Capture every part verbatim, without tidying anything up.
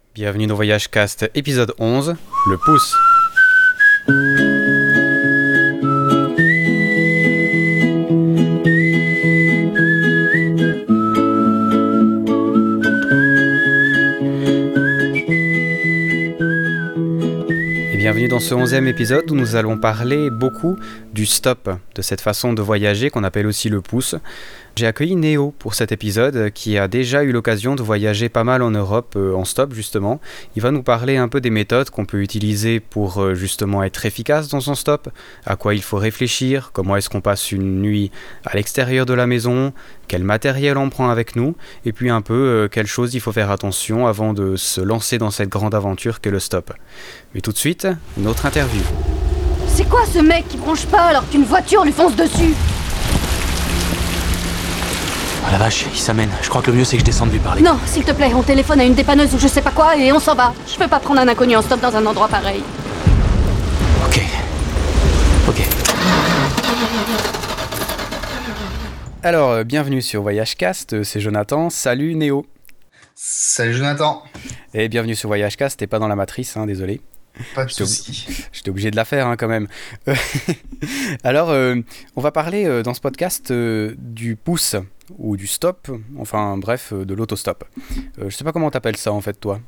Bienvenue dans Voyage Cast, épisode onze, le pouce. Et bienvenue dans ce onzième épisode où nous allons parler beaucoup du stop, de cette façon de voyager qu'on appelle aussi le pouce. J'ai accueilli Néo pour cet épisode qui a déjà eu l'occasion de voyager pas mal en Europe euh, en stop justement. Il va nous parler un peu des méthodes qu'on peut utiliser pour euh, justement être efficace dans son stop, à quoi il faut réfléchir, comment est-ce qu'on passe une nuit à l'extérieur de la maison, quel matériel on prend avec nous, et puis un peu euh, quelles choses il faut faire attention avant de se lancer dans cette grande aventure qu'est le stop. Mais tout de suite, une autre interview. C'est quoi ce mec qui bronche pas alors qu'une voiture lui fonce dessus ? Oh la vache, il s'amène. Je crois que le mieux c'est que je descende lui parler. Non, s'il te plaît, on téléphone à une dépanneuse ou je sais pas quoi et on s'en va. Je peux pas prendre un inconnu en stop dans un endroit pareil. Ok. Ok. Alors, euh, bienvenue sur Voyage Cast, euh, c'est Jonathan. Salut Néo. Salut Jonathan. Et bienvenue sur Voyage Cast, t'es pas dans la matrice, hein, désolé. Pas de J'étais soucis. ob- J'étais obligé de la faire hein, quand même. Alors, euh, on va parler euh, dans ce podcast euh, du pouce ou du stop, enfin bref, euh, de l'autostop. Euh, je sais pas comment t'appelles ça en fait, toi.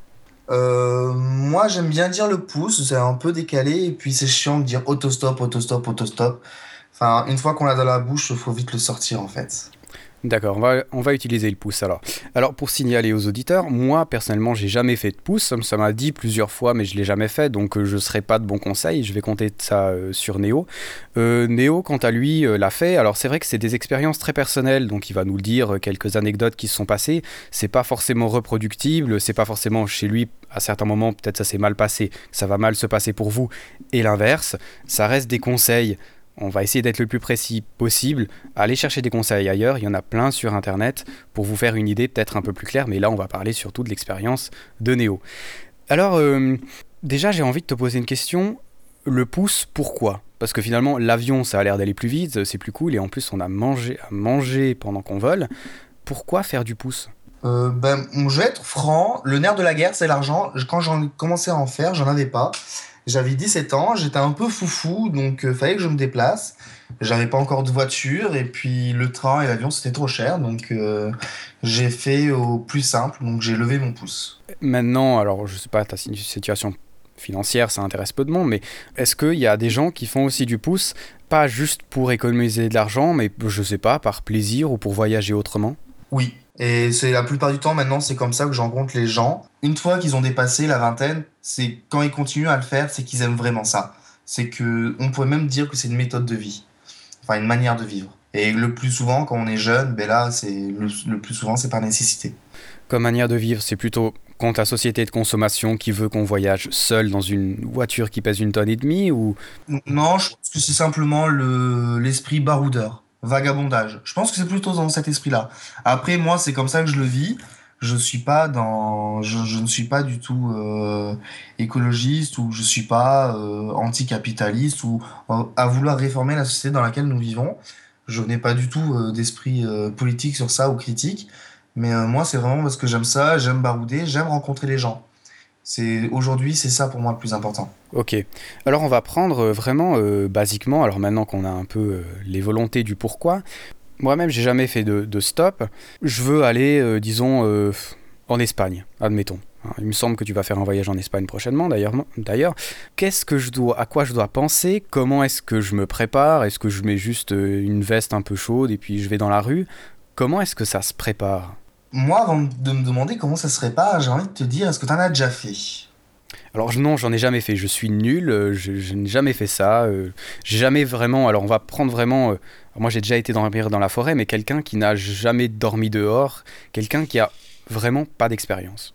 Euh, moi j'aime bien dire le pouce, c'est un peu décalé et puis c'est chiant de dire autostop, autostop, autostop. Enfin, une fois qu'on l'a dans la bouche, il faut vite le sortir en fait. D'accord, on va, on va utiliser le pouce alors. Alors pour signaler aux auditeurs, moi personnellement j'ai jamais fait de pouce, ça m'a dit plusieurs fois mais je l'ai jamais fait donc euh, je serai pas de bon conseil, je vais compter ça euh, sur Néo. Euh, Néo quant à lui euh, l'a fait, alors c'est vrai que c'est des expériences très personnelles donc il va nous le dire, euh, quelques anecdotes qui se sont passées, c'est pas forcément reproductible, c'est pas forcément chez lui à certains moments peut-être ça s'est mal passé, ça va mal se passer pour vous et l'inverse, ça reste des conseils. On va essayer d'être le plus précis possible. Allez chercher des conseils ailleurs, il y en a plein sur internet pour vous faire une idée peut-être un peu plus claire, mais là on va parler surtout de l'expérience de Néo. Alors, euh, déjà j'ai envie de te poser une question. Le pouce, pourquoi ? Parce que finalement l'avion ça a l'air d'aller plus vite, c'est plus cool et en plus on a mangé, à manger pendant qu'on vole. Pourquoi faire du pouce ? Euh, ben, je vais être franc, le nerf de la guerre c'est l'argent. Je- Quand j'en commençais à en faire, j'en avais pas. J'avais dix-sept ans, j'étais un peu foufou, donc euh, fallait que je me déplace. J'avais pas encore de voiture et puis le train et l'avion c'était trop cher, donc euh, j'ai fait au plus simple, donc j'ai levé mon pouce. Maintenant, alors je sais pas, ta si- situation financière, ça intéresse peu de monde, mais est-ce qu'il y a des gens qui font aussi du pouce, pas juste pour économiser de l'argent, mais je sais pas, par plaisir ou pour voyager autrement ? Oui. Et c'est la plupart du temps maintenant, c'est comme ça que je rencontre les gens. Une fois qu'ils ont dépassé la vingtaine, c'est quand ils continuent à le faire, c'est qu'ils aiment vraiment ça. C'est que on pourrait même dire que c'est une méthode de vie, enfin une manière de vivre. Et le plus souvent, quand on est jeune, ben là, c'est le, le plus souvent, c'est par nécessité. Comme manière de vivre, c'est plutôt contre la société de consommation qui veut qu'on voyage seul dans une voiture qui pèse une tonne et demie ou... Non, je pense que c'est simplement le l'esprit baroudeur, vagabondage. Je pense que c'est plutôt dans cet esprit-là. Après, moi, c'est comme ça que je le vis. Je suis pas dans, je, je ne suis pas du tout euh, écologiste ou je suis pas euh, anticapitaliste ou euh, à vouloir réformer la société dans laquelle nous vivons. Je n'ai pas du tout euh, d'esprit euh, politique sur ça ou critique. Mais euh, moi, c'est vraiment parce que j'aime ça, j'aime barouder, j'aime rencontrer les gens. C'est aujourd'hui, c'est ça pour moi le plus important. Ok. Alors on va prendre euh, vraiment euh, basiquement, alors maintenant qu'on a un peu euh, les volontés du pourquoi, moi-même j'ai jamais fait de, de stop, je veux aller, euh, disons, euh, en Espagne, admettons. Hein, il me semble que tu vas faire un voyage en Espagne prochainement, d'ailleurs. D'ailleurs, qu'est-ce que je dois, à quoi je dois penser ? Comment est-ce que je me prépare ? Est-ce que je mets juste euh, une veste un peu chaude et puis je vais dans la rue ? Comment est-ce que ça se prépare ? Moi, avant de me demander comment ça se répare, j'ai envie de te dire, est-ce que tu en as déjà fait? Alors je- non, j'en ai jamais fait, je suis nul, euh, je, je n'ai jamais fait ça, euh, j'ai jamais vraiment, alors on va prendre vraiment, euh, moi j'ai déjà été dormir dans la forêt, mais quelqu'un qui n'a jamais dormi dehors, quelqu'un qui a vraiment pas d'expérience.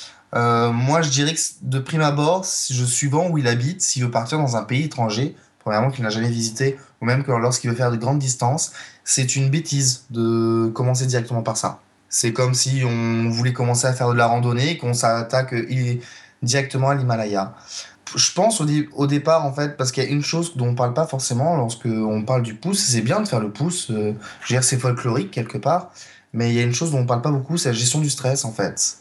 Euh, moi, je dirais que c- de prime abord, si je suivant où il habite, s'il veut partir dans un pays étranger, premièrement qu'il n'a jamais visité, ou même que lorsqu'il veut faire de grandes distances, c'est une bêtise de commencer directement par ça. C'est comme si on voulait commencer à faire de la randonnée et qu'on s'attaque euh, il- directement à l'Himalaya. Je pense au, dé- au départ, en fait, parce qu'il y a une chose dont on parle pas forcément lorsque on parle du pouce, c'est bien de faire le pouce, euh, je veux dire, c'est folklorique quelque part, mais il y a une chose dont on parle pas beaucoup, c'est la gestion du stress, en fait.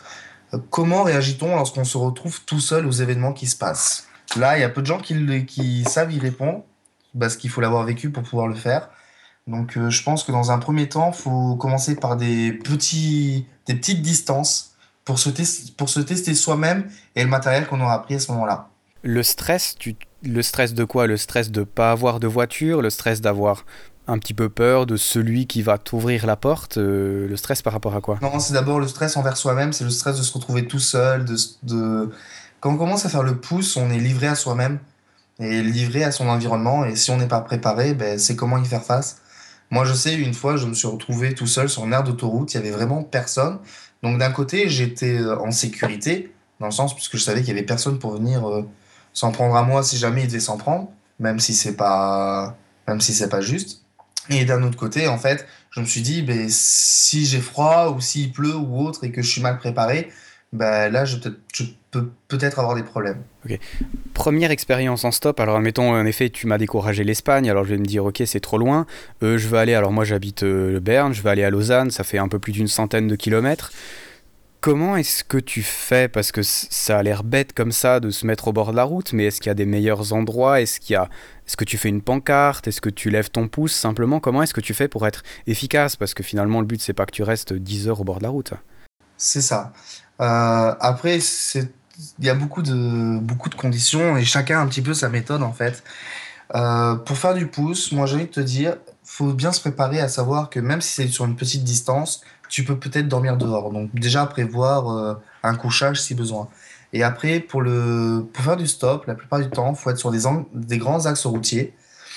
Euh, Comment réagit-on lorsqu'on se retrouve tout seul aux événements qui se passent? Là, il y a peu de gens qui, le- qui savent y répondre, parce qu'il faut l'avoir vécu pour pouvoir le faire. Donc, euh, je pense que dans un premier temps, il faut commencer par des petits, des petites distances pour se, tes- pour se tester soi-même et le matériel qu'on aura pris à ce moment-là. Le stress, tu... le stress de quoi? Le stress de pas avoir de voiture, le stress d'avoir un petit peu peur de celui qui va t'ouvrir la porte, euh, le stress par rapport à quoi? Non, c'est d'abord le stress envers soi-même, c'est le stress de se retrouver tout seul, de, de... Quand on commence à faire le pouce, on est livré à soi-même et livré à son environnement, et si on n'est pas préparé, ben, c'est comment y faire face. Moi, je sais, une fois, je me suis retrouvé tout seul sur une aire d'autoroute, il y avait vraiment personne. Donc d'un côté, j'étais euh, en sécurité, dans le sens puisque je savais qu'il y avait personne pour venir euh, s'en prendre à moi si jamais il devait s'en prendre, même si c'est pas, même si c'est pas juste. Et d'un autre côté, en fait, je me suis dit, ben, si j'ai froid ou s'il pleut ou autre et que je suis mal préparé, ben là, je, peut je peux peut-être avoir des problèmes. Ok. Première expérience en stop, alors admettons en effet tu m'as découragé l'Espagne, alors je vais me dire ok c'est trop loin, euh, je vais aller, alors moi j'habite euh, Berne, je vais aller à Lausanne, ça fait un peu plus d'une centaine de kilomètres. Comment est-ce que tu fais? Parce que c- ça a l'air bête comme ça de se mettre au bord de la route, mais est-ce qu'il y a des meilleurs endroits? Est-ce qu'il y a... est-ce que tu fais une pancarte? Est-ce que tu lèves ton pouce simplement? Comment est-ce que tu fais pour être efficace? Parce que finalement le but c'est pas que tu restes dix heures au bord de la route. C'est ça. Euh, après, c'est, il y a beaucoup de, beaucoup de conditions et chacun a un petit peu sa méthode en fait. Euh, pour faire du pouce, moi j'ai envie de te dire, faut bien se préparer à savoir que même si c'est sur une petite distance, tu peux peut-être dormir dehors. Donc déjà prévoir euh, un couchage si besoin. Et après, pour le, pour faire du stop, la plupart du temps, faut être sur des, ang- des grands axes routiers.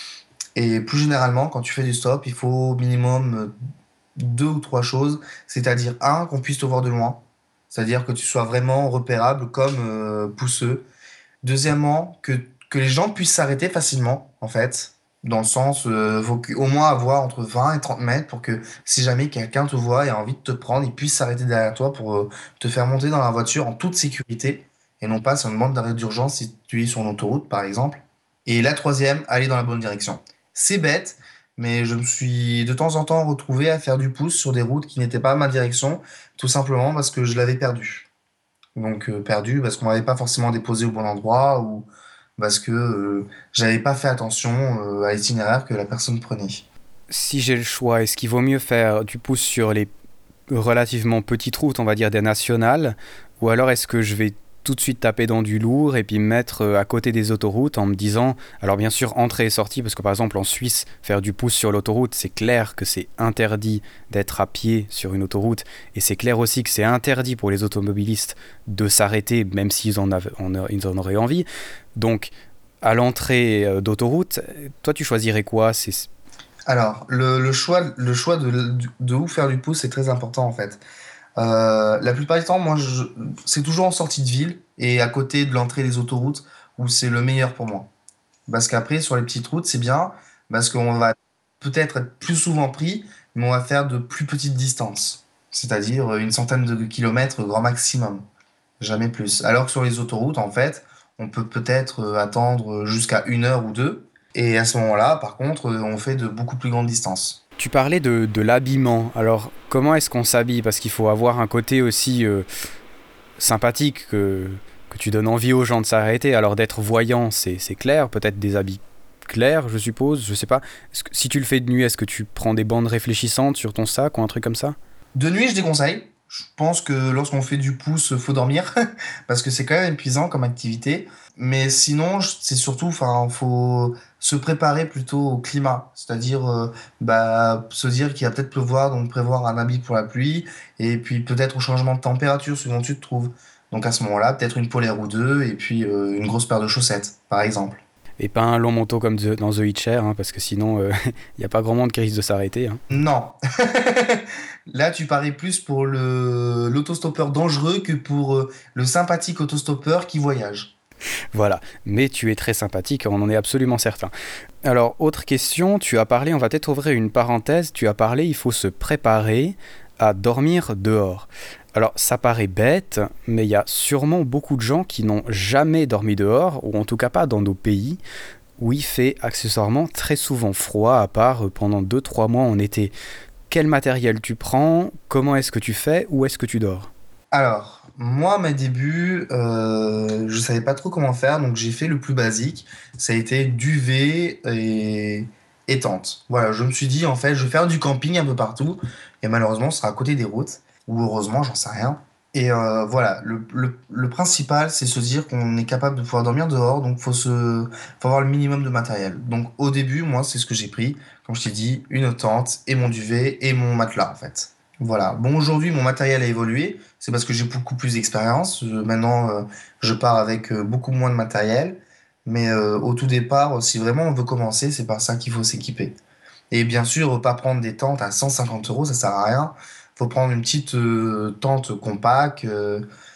Et plus généralement, quand tu fais du stop, il faut au minimum euh, deux ou trois choses. C'est-à-dire, un, qu'on puisse te voir de loin. C'est-à-dire que tu sois vraiment repérable comme euh, pousseux. Deuxièmement, que, que les gens puissent s'arrêter facilement, en fait. Dans le sens, euh, faut qu- au moins avoir entre vingt et trente mètres pour que si jamais quelqu'un te voit et a envie de te prendre, il puisse s'arrêter derrière toi pour euh, te faire monter dans la voiture en toute sécurité. Et non pas si on demande d'arrêt d'urgence si tu es sur une autoroute, par exemple. Et la troisième, aller dans la bonne direction. C'est bête, mais je me suis de temps en temps retrouvé à faire du pouce sur des routes qui n'étaient pas ma direction, tout simplement parce que je l'avais perdu. Donc euh, perdu parce qu'on m'avait pas forcément déposé au bon endroit ou parce que euh, j'avais pas fait attention euh, à l'itinéraire que la personne prenait. Si j'ai le choix, est-ce qu'il vaut mieux faire du pouce sur les relativement petites routes, on va dire des nationales, ou alors est-ce que je vais tout de suite taper dans du lourd et puis me mettre euh, à côté des autoroutes en me disant, alors bien sûr entrée et sortie, parce que par exemple en Suisse, faire du pouce sur l'autoroute, c'est clair que c'est interdit d'être à pied sur une autoroute, et c'est clair aussi que c'est interdit pour les automobilistes de s'arrêter, même s'ils en, avaient- en a- ils en auraient envie. Donc à l'entrée euh, d'autoroute, toi tu choisirais quoi? C'est... Alors, le, le choix, le choix de, de où faire du pouce c'est très important en fait. Euh, la plupart du temps, moi, je, c'est toujours en sortie de ville et à côté de l'entrée des autoroutes où c'est le meilleur pour moi. Parce qu'après, sur les petites routes, c'est bien parce qu'on va peut-être être plus souvent pris, mais on va faire de plus petites distances. C'est-à-dire une centaine de kilomètres grand maximum. Jamais plus. Alors que sur les autoroutes, en fait, on peut peut-être euh, attendre jusqu'à une heure ou deux. Et à ce moment-là, par contre, euh, on fait de beaucoup plus grandes distances. Tu parlais de, de l'habillement. Alors, comment est-ce qu'on s'habille? Parce qu'il faut avoir un côté aussi euh, sympathique que, que tu donnes envie aux gens de s'arrêter. Alors, d'être voyant, c'est, c'est clair. Peut-être des habits clairs, je suppose. Je sais pas. Est-ce que, si tu le fais de nuit, est-ce que tu prends des bandes réfléchissantes sur ton sac ou un truc comme ça? De nuit, je déconseille. Je pense que lorsqu'on fait du pouce, faut dormir parce que c'est quand même épuisant comme activité. Mais sinon, je- c'est surtout, enfin, faut se préparer plutôt au climat, c'est-à-dire euh, bah, se dire qu'il va peut-être pleuvoir, donc prévoir un habit pour la pluie, et puis peut-être au changement de température selon où tu te trouves. Donc à ce moment-là, peut-être une polaire ou deux, et puis euh, une grosse paire de chaussettes, par exemple. Et pas un long manteau comme The- dans The Hitcher, hein, parce que sinon, il n'y a pas grand monde qui risque de s'arrêter, hein. Non. Là, tu parais plus pour le l'autostoppeur dangereux que pour euh, le sympathique autostoppeur qui voyage. Voilà, mais tu es très sympathique, on en est absolument certain. Alors, autre question, tu as parlé, on va peut-être ouvrir une parenthèse, tu as parlé, il faut se préparer à dormir dehors. Alors, ça paraît bête, mais il y a sûrement beaucoup de gens qui n'ont jamais dormi dehors, ou en tout cas pas dans nos pays, où il fait accessoirement très souvent froid, à part pendant deux trois mois en été. Quel matériel tu prends? Comment est-ce que tu fais? Où est-ce que tu dors? Alors, Moi, à mes débuts, euh, je savais pas trop comment faire, donc j'ai fait le plus basique. Ça a été duvet et, et tente. Voilà, je me suis dit, en fait, je vais faire du camping un peu partout. Et malheureusement, ce sera à côté des routes. Ou heureusement, j'en sais rien. Et euh, voilà, le, le, le principal, c'est se dire qu'on est capable de pouvoir dormir dehors, donc faut se, faut avoir le minimum de matériel. Donc au début, moi, c'est ce que j'ai pris. Comme je t'ai dit, une tente et mon duvet et mon matelas, en fait. Voilà. Bon, aujourd'hui, mon matériel a évolué. C'est parce que j'ai beaucoup plus d'expérience. Euh, maintenant, euh, je pars avec euh, beaucoup moins de matériel. Mais euh, au tout départ, si vraiment on veut commencer, c'est par ça qu'il faut s'équiper. Et bien sûr, pas prendre des tentes à cent cinquante euros, ça sert à rien. Faut prendre une petite euh, tente compacte euh,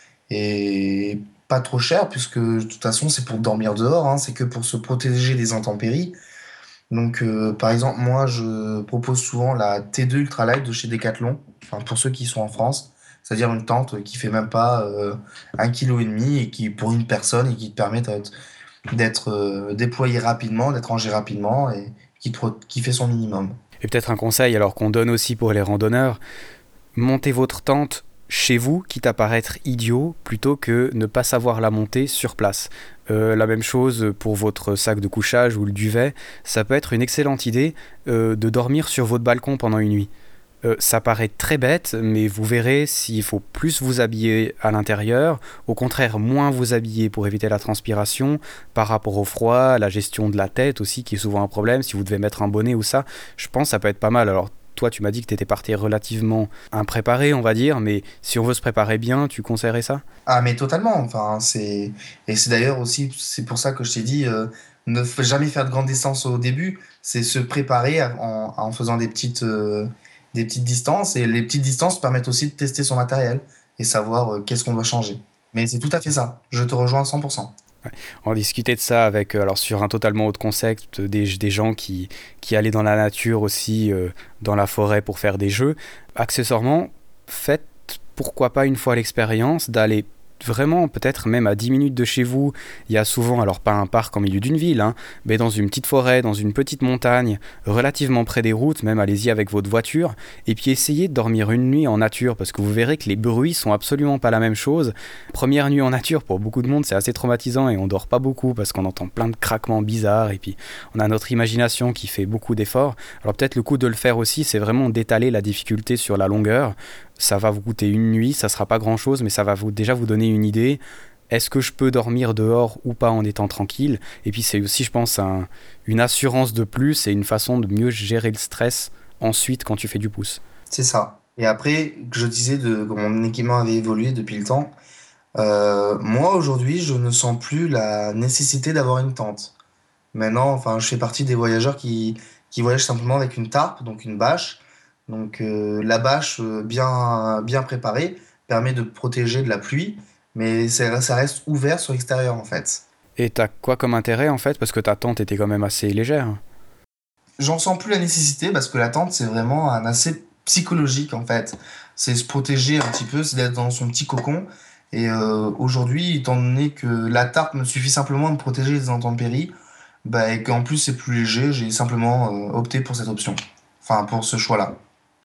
et pas trop chère, puisque de toute façon, c'est pour dormir dehors, hein, c'est que pour se protéger des intempéries. Donc, euh, par exemple, moi, je propose souvent la T deux Ultralight de chez Decathlon, enfin, pour ceux qui sont en France, c'est-à-dire une tente qui fait même pas euh, un kilo et demi et qui pour une personne et qui te permet d'être d'être, euh, déployé rapidement, d'être rangé rapidement et qui, te pro- qui fait son minimum. Et peut-être un conseil alors qu'on donne aussi pour les randonneurs, montez votre tente chez vous, quitte à paraître idiot, plutôt que ne pas savoir la monter sur place. Euh, la même chose pour votre sac de couchage ou le duvet, ça peut être une excellente idée euh, de dormir sur votre balcon pendant une nuit. Euh, ça paraît très bête, mais vous verrez s'il faut plus vous habiller à l'intérieur, au contraire moins vous habiller pour éviter la transpiration, par rapport au froid, la gestion de la tête aussi qui est souvent un problème, si vous devez mettre un bonnet ou ça, je pense que ça peut être pas mal. Alors toi tu m'as dit que tu étais parti relativement impréparé on va dire, mais si on veut se préparer bien, tu conseillerais ça? Ah, mais totalement. Enfin, c'est et c'est d'ailleurs aussi c'est pour ça que je t'ai dit euh, ne f- jamais faire de grandes distances au début. C'est se préparer à- en, en faisant des petites euh, des petites distances et les petites distances permettent aussi de tester son matériel et savoir euh, qu'est-ce qu'on doit changer. Mais c'est tout à fait ça. Je te rejoins à cent pour cent. On discutait de ça avec, euh, alors sur un totalement autre concept, des, des gens qui, qui allaient dans la nature aussi, euh, dans la forêt pour faire des jeux. Accessoirement, faites pourquoi pas une fois l'expérience d'aller vraiment peut-être même à dix minutes de chez vous. Il y a souvent, alors pas un parc en milieu d'une ville, hein, mais dans une petite forêt, dans une petite montagne, relativement près des routes, même allez-y avec votre voiture, et puis essayez de dormir une nuit en nature, parce que vous verrez que les bruits sont absolument pas la même chose. Première nuit en nature, pour beaucoup de monde, c'est assez traumatisant et on dort pas beaucoup parce qu'on entend plein de craquements bizarres et puis on a notre imagination qui fait beaucoup d'efforts. Alors peut-être le coup de le faire aussi, c'est vraiment d'étaler la difficulté sur la longueur. Ça va vous coûter une nuit, ça sera pas grand chose, mais ça va vous, déjà vous donner une idée. Est-ce que je peux dormir dehors ou pas en étant tranquille? Et puis c'est aussi, je pense, un- une assurance de plus et une façon de mieux gérer le stress ensuite quand tu fais du pouce. C'est ça. Et après, que je disais de, que mon équipement avait évolué depuis le temps. Euh, moi aujourd'hui, je ne sens plus la nécessité d'avoir une tente. Maintenant, enfin, je fais partie des voyageurs qui, qui voyagent simplement avec une tarpe, donc une bâche. Donc euh, la bâche euh, bien, bien préparée permet de protéger de la pluie, mais ça, ça reste ouvert sur l'extérieur en fait. Et t'as quoi comme intérêt en fait? Parce que ta tente était quand même assez légère. J'en sens plus la nécessité parce que la tente, c'est vraiment un assez psychologique en fait. C'est se protéger un petit peu, c'est d'être dans son petit cocon. Et euh, aujourd'hui, étant donné que la tarpe me suffit simplement à me protéger des intempéries, bah, et qu'en plus c'est plus léger, j'ai simplement euh, opté pour cette option. Enfin, pour ce choix-là.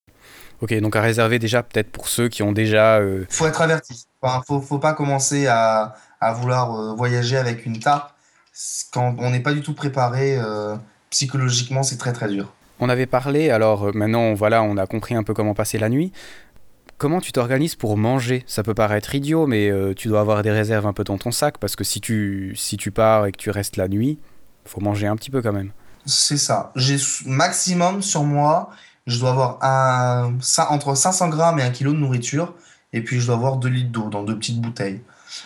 Ok, donc à réserver déjà peut-être pour ceux qui ont déjà... euh, Faut être averti. Enfin, faut, faut pas commencer à, à vouloir euh, voyager avec une tarpe. Quand on n'est pas du tout préparé euh, psychologiquement, c'est très très dur. On avait parlé, alors euh, maintenant voilà, on a compris un peu comment passer la nuit. Comment tu t'organises pour manger? Ça peut paraître idiot, mais euh, tu dois avoir des réserves un peu dans ton sac, parce que si tu, si tu pars et que tu restes la nuit, faut manger un petit peu quand même. C'est ça. J'ai s- maximum sur moi, je dois avoir un, cin- entre cinq cents grammes et un kilo de nourriture. Et puis je dois avoir deux litres d'eau dans deux petites bouteilles.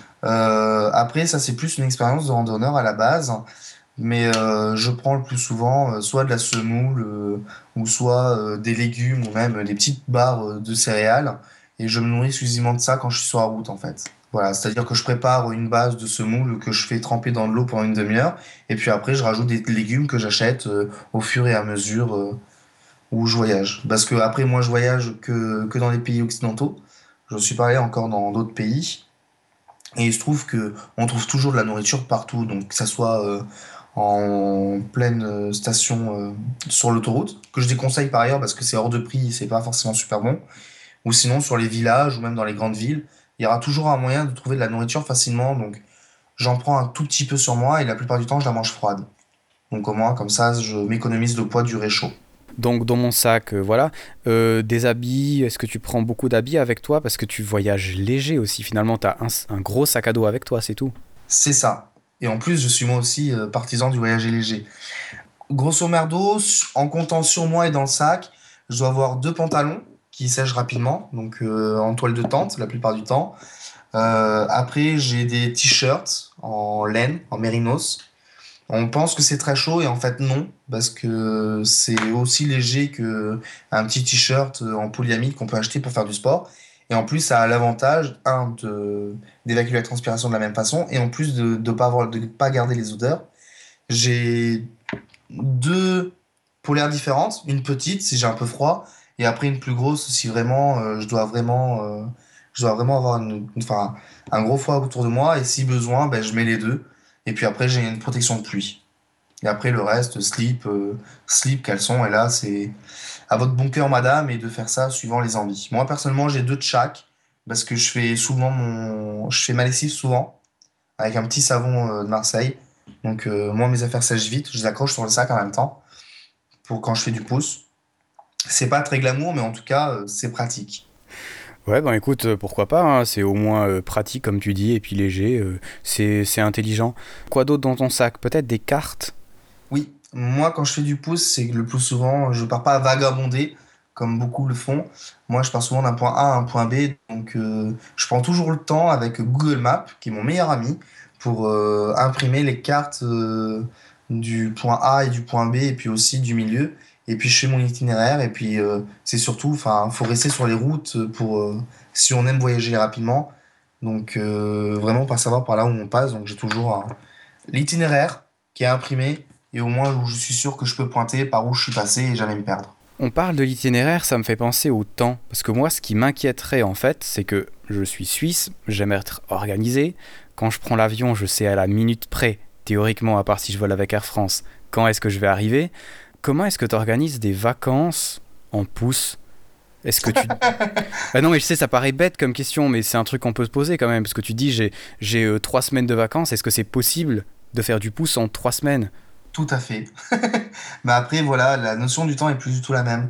Euh, après, ça c'est plus une expérience de randonneur à la base. Mais euh, je prends le plus souvent euh, soit de la semoule euh, ou soit euh, des légumes ou même des petites barres euh, de céréales. Et je me nourris exclusivement de ça quand je suis sur la route en fait. Voilà, c'est-à-dire que je prépare une base de semoule que je fais tremper dans de l'eau pendant une demi-heure. Et puis après, je rajoute des légumes que j'achète euh, au fur et à mesure euh, où je voyage. Parce que après, moi, je voyage que, que dans les pays occidentaux. Je suis pas allé encore dans d'autres pays. Et il se trouve que on trouve toujours de la nourriture partout, donc que ça soit euh, en pleine euh, station euh, sur l'autoroute, que je déconseille par ailleurs parce que c'est hors de prix, c'est pas forcément super bon, ou sinon sur les villages ou même dans les grandes villes, il y aura toujours un moyen de trouver de la nourriture facilement. Donc, j'en prends un tout petit peu sur moi et la plupart du temps, je la mange froide. Donc, au moins, comme ça, je m'économise le poids du réchaud. Donc dans mon sac, euh, voilà. Euh, des habits, est-ce que tu prends beaucoup d'habits avec toi? Parce que tu voyages léger aussi. Finalement, tu as un, un gros sac à dos avec toi, c'est tout. C'est ça. Et en plus, je suis moi aussi euh, partisan du voyager léger. Grosso merdo, s- en comptant sur moi et dans le sac, je dois avoir deux pantalons qui sèchent rapidement, donc euh, en toile de tente la plupart du temps. Euh, après, j'ai des t-shirts en laine, en mérinos. On pense que c'est très chaud et en fait non, parce que c'est aussi léger que un petit t-shirt en polyamide qu'on peut acheter pour faire du sport. Et en plus, ça a l'avantage, un, de, d'évacuer la transpiration de la même façon, et en plus de ne pas avoir, de pas garder les odeurs. J'ai deux polaires différentes, une petite si j'ai un peu froid, et après une plus grosse si vraiment euh, je dois vraiment, euh, je dois vraiment avoir une, une- enfin, un gros froid autour de moi, et si besoin, ben, je mets les deux. Et puis après, j'ai une protection de pluie. Et après, le reste, slip, euh, slip, caleçon, et là, c'est à votre bon cœur, madame, et de faire ça suivant les envies. Moi, personnellement, j'ai deux de chaque, parce que je fais souvent mon, je fais ma lessive souvent, avec un petit savon euh, de Marseille. Donc, euh, moi, mes affaires sèchent vite, je les accroche sur le sac en même temps, pour quand je fais du pouce. C'est pas très glamour, mais en tout cas, euh, c'est pratique. Ouais, ben écoute, euh, pourquoi pas, hein, c'est au moins euh, pratique comme tu dis, et puis léger, euh, c'est, c'est intelligent. Quoi d'autre dans ton sac? Peut-être des cartes? Oui, moi quand je fais du pouce, c'est que le plus souvent, je pars pas à vagabonder comme beaucoup le font. Moi, je pars souvent d'un point A à un point B, donc euh, je prends toujours le temps avec Google Maps, qui est mon meilleur ami, pour euh, imprimer les cartes euh, du point A et du point B, et puis aussi du milieu. Et puis je fais mon itinéraire, et puis euh, c'est surtout, enfin, faut rester sur les routes pour euh, si on aime voyager rapidement. Donc euh, vraiment pas savoir par là où on passe. Donc j'ai toujours un- l'itinéraire qui est imprimé et au moins où je suis sûr que je peux pointer par où je suis passé et jamais me perdre. On parle de l'itinéraire, ça me fait penser au temps. Parce que moi, ce qui m'inquiéterait en fait, c'est que je suis suisse, j'aime être organisé. Quand je prends l'avion, je sais à la minute près, théoriquement, à part si je vole avec Air France, quand est-ce que je vais arriver. Comment est-ce que tu organises des vacances en pouces? Est-ce que tu... Bah non, mais je sais, ça paraît bête comme question, mais c'est un truc qu'on peut se poser quand même. Parce que tu dis, j'ai, j'ai euh, trois semaines de vacances, est-ce que c'est possible de faire du pouce en trois semaines? Tout à fait. Mais après, voilà, la notion du temps est plus du tout la même.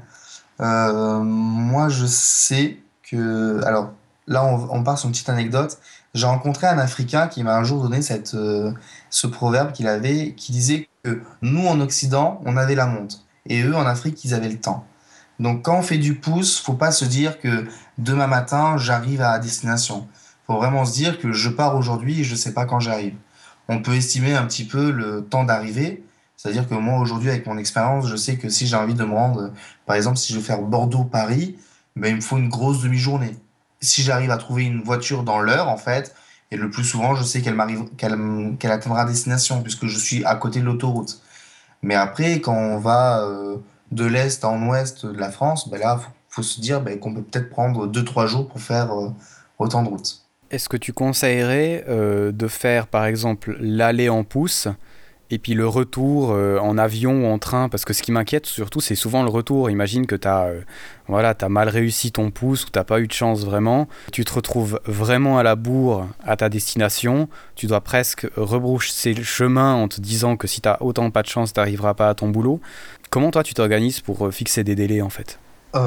Euh, moi, je sais que... Alors, là, on, on part sur une petite anecdote. J'ai rencontré un Africain qui m'a un jour donné cette, euh, ce proverbe qu'il avait, qui disait que nous, en Occident, on avait la montre. Et eux, en Afrique, ils avaient le temps. Donc, quand on fait du pouce, faut pas se dire que demain matin, j'arrive à destination. Faut vraiment se dire que je pars aujourd'hui et je sais pas quand j'arrive. On peut estimer un petit peu le temps d'arrivée. C'est-à-dire que moi, aujourd'hui, avec mon expérience, je sais que si j'ai envie de me rendre, par exemple, si je veux faire Bordeaux-Paris, ben, il me faut une grosse demi-journée. Si j'arrive à trouver une voiture dans l'heure, en fait, et le plus souvent, je sais qu'elle m'arrive, qu'elle, qu'elle atteindra destination, puisque je suis à côté de l'autoroute. Mais après, quand on va euh, de l'est en ouest de la France, ben là, faut, faut se dire ben, qu'on peut peut-être prendre deux trois jours pour faire euh, autant de route. Est-ce que tu conseillerais euh, de faire par exemple l'aller en pouce et puis le retour euh, en avion ou en train? Parce que ce qui m'inquiète surtout, c'est souvent le retour. Imagine que tu as euh, voilà, t'as mal réussi ton pouce ou tu n'as pas eu de chance vraiment. Tu te retrouves vraiment à la bourre à ta destination. Tu dois presque rebrousser le chemin en te disant que si tu as autant pas de chance, tu n'arriveras pas à ton boulot. Comment toi tu t'organises pour euh, fixer des délais en fait?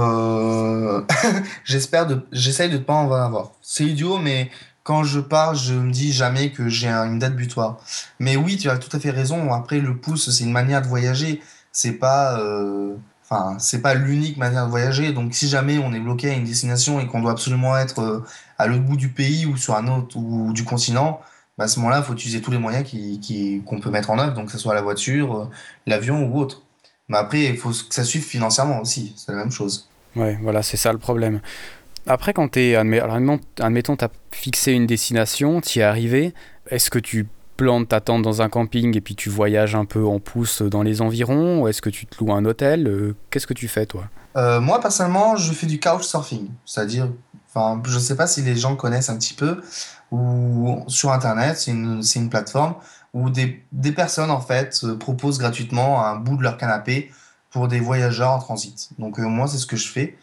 Euh, J'espère de, j'essaye de ne pas en avoir. C'est idiot, mais quand je pars, je me dis jamais que j'ai un- une date butoir. Mais oui, tu as tout à fait raison. Après, le pouce, c'est une manière de voyager. C'est pas, euh, enfin, c'est pas l'unique manière de voyager. Donc, si jamais on est bloqué à une destination et qu'on doit absolument être euh, à l'autre bout du pays ou sur un autre ou du continent, bah, à ce moment-là, il faut utiliser tous les moyens qui, qui- qu'on peut mettre en œuvre, donc que ce soit la voiture, euh, l'avion ou autre. Mais après, il faut que ça suive financièrement aussi. C'est la même chose. Ouais, voilà, c'est ça le problème. Après, quand t'es, admet- alors, admettons, admettons, t'as fixé une destination, t'y es arrivé, est-ce que tu plantes ta tente dans un camping et puis tu voyages un peu en pouce dans les environs, ou est-ce que tu te loues un hôtel? Euh, Qu'est-ce que tu fais, toi? Euh, moi, personnellement, je fais du couchsurfing. C'est-à-dire, enfin, je sais pas si les gens connaissent un petit peu, ou sur Internet, c'est une, c'est une plateforme où des, des personnes, en fait, euh, proposent gratuitement un bout de leur canapé pour des voyageurs en transit. Donc, euh, moi, c'est ce que je fais.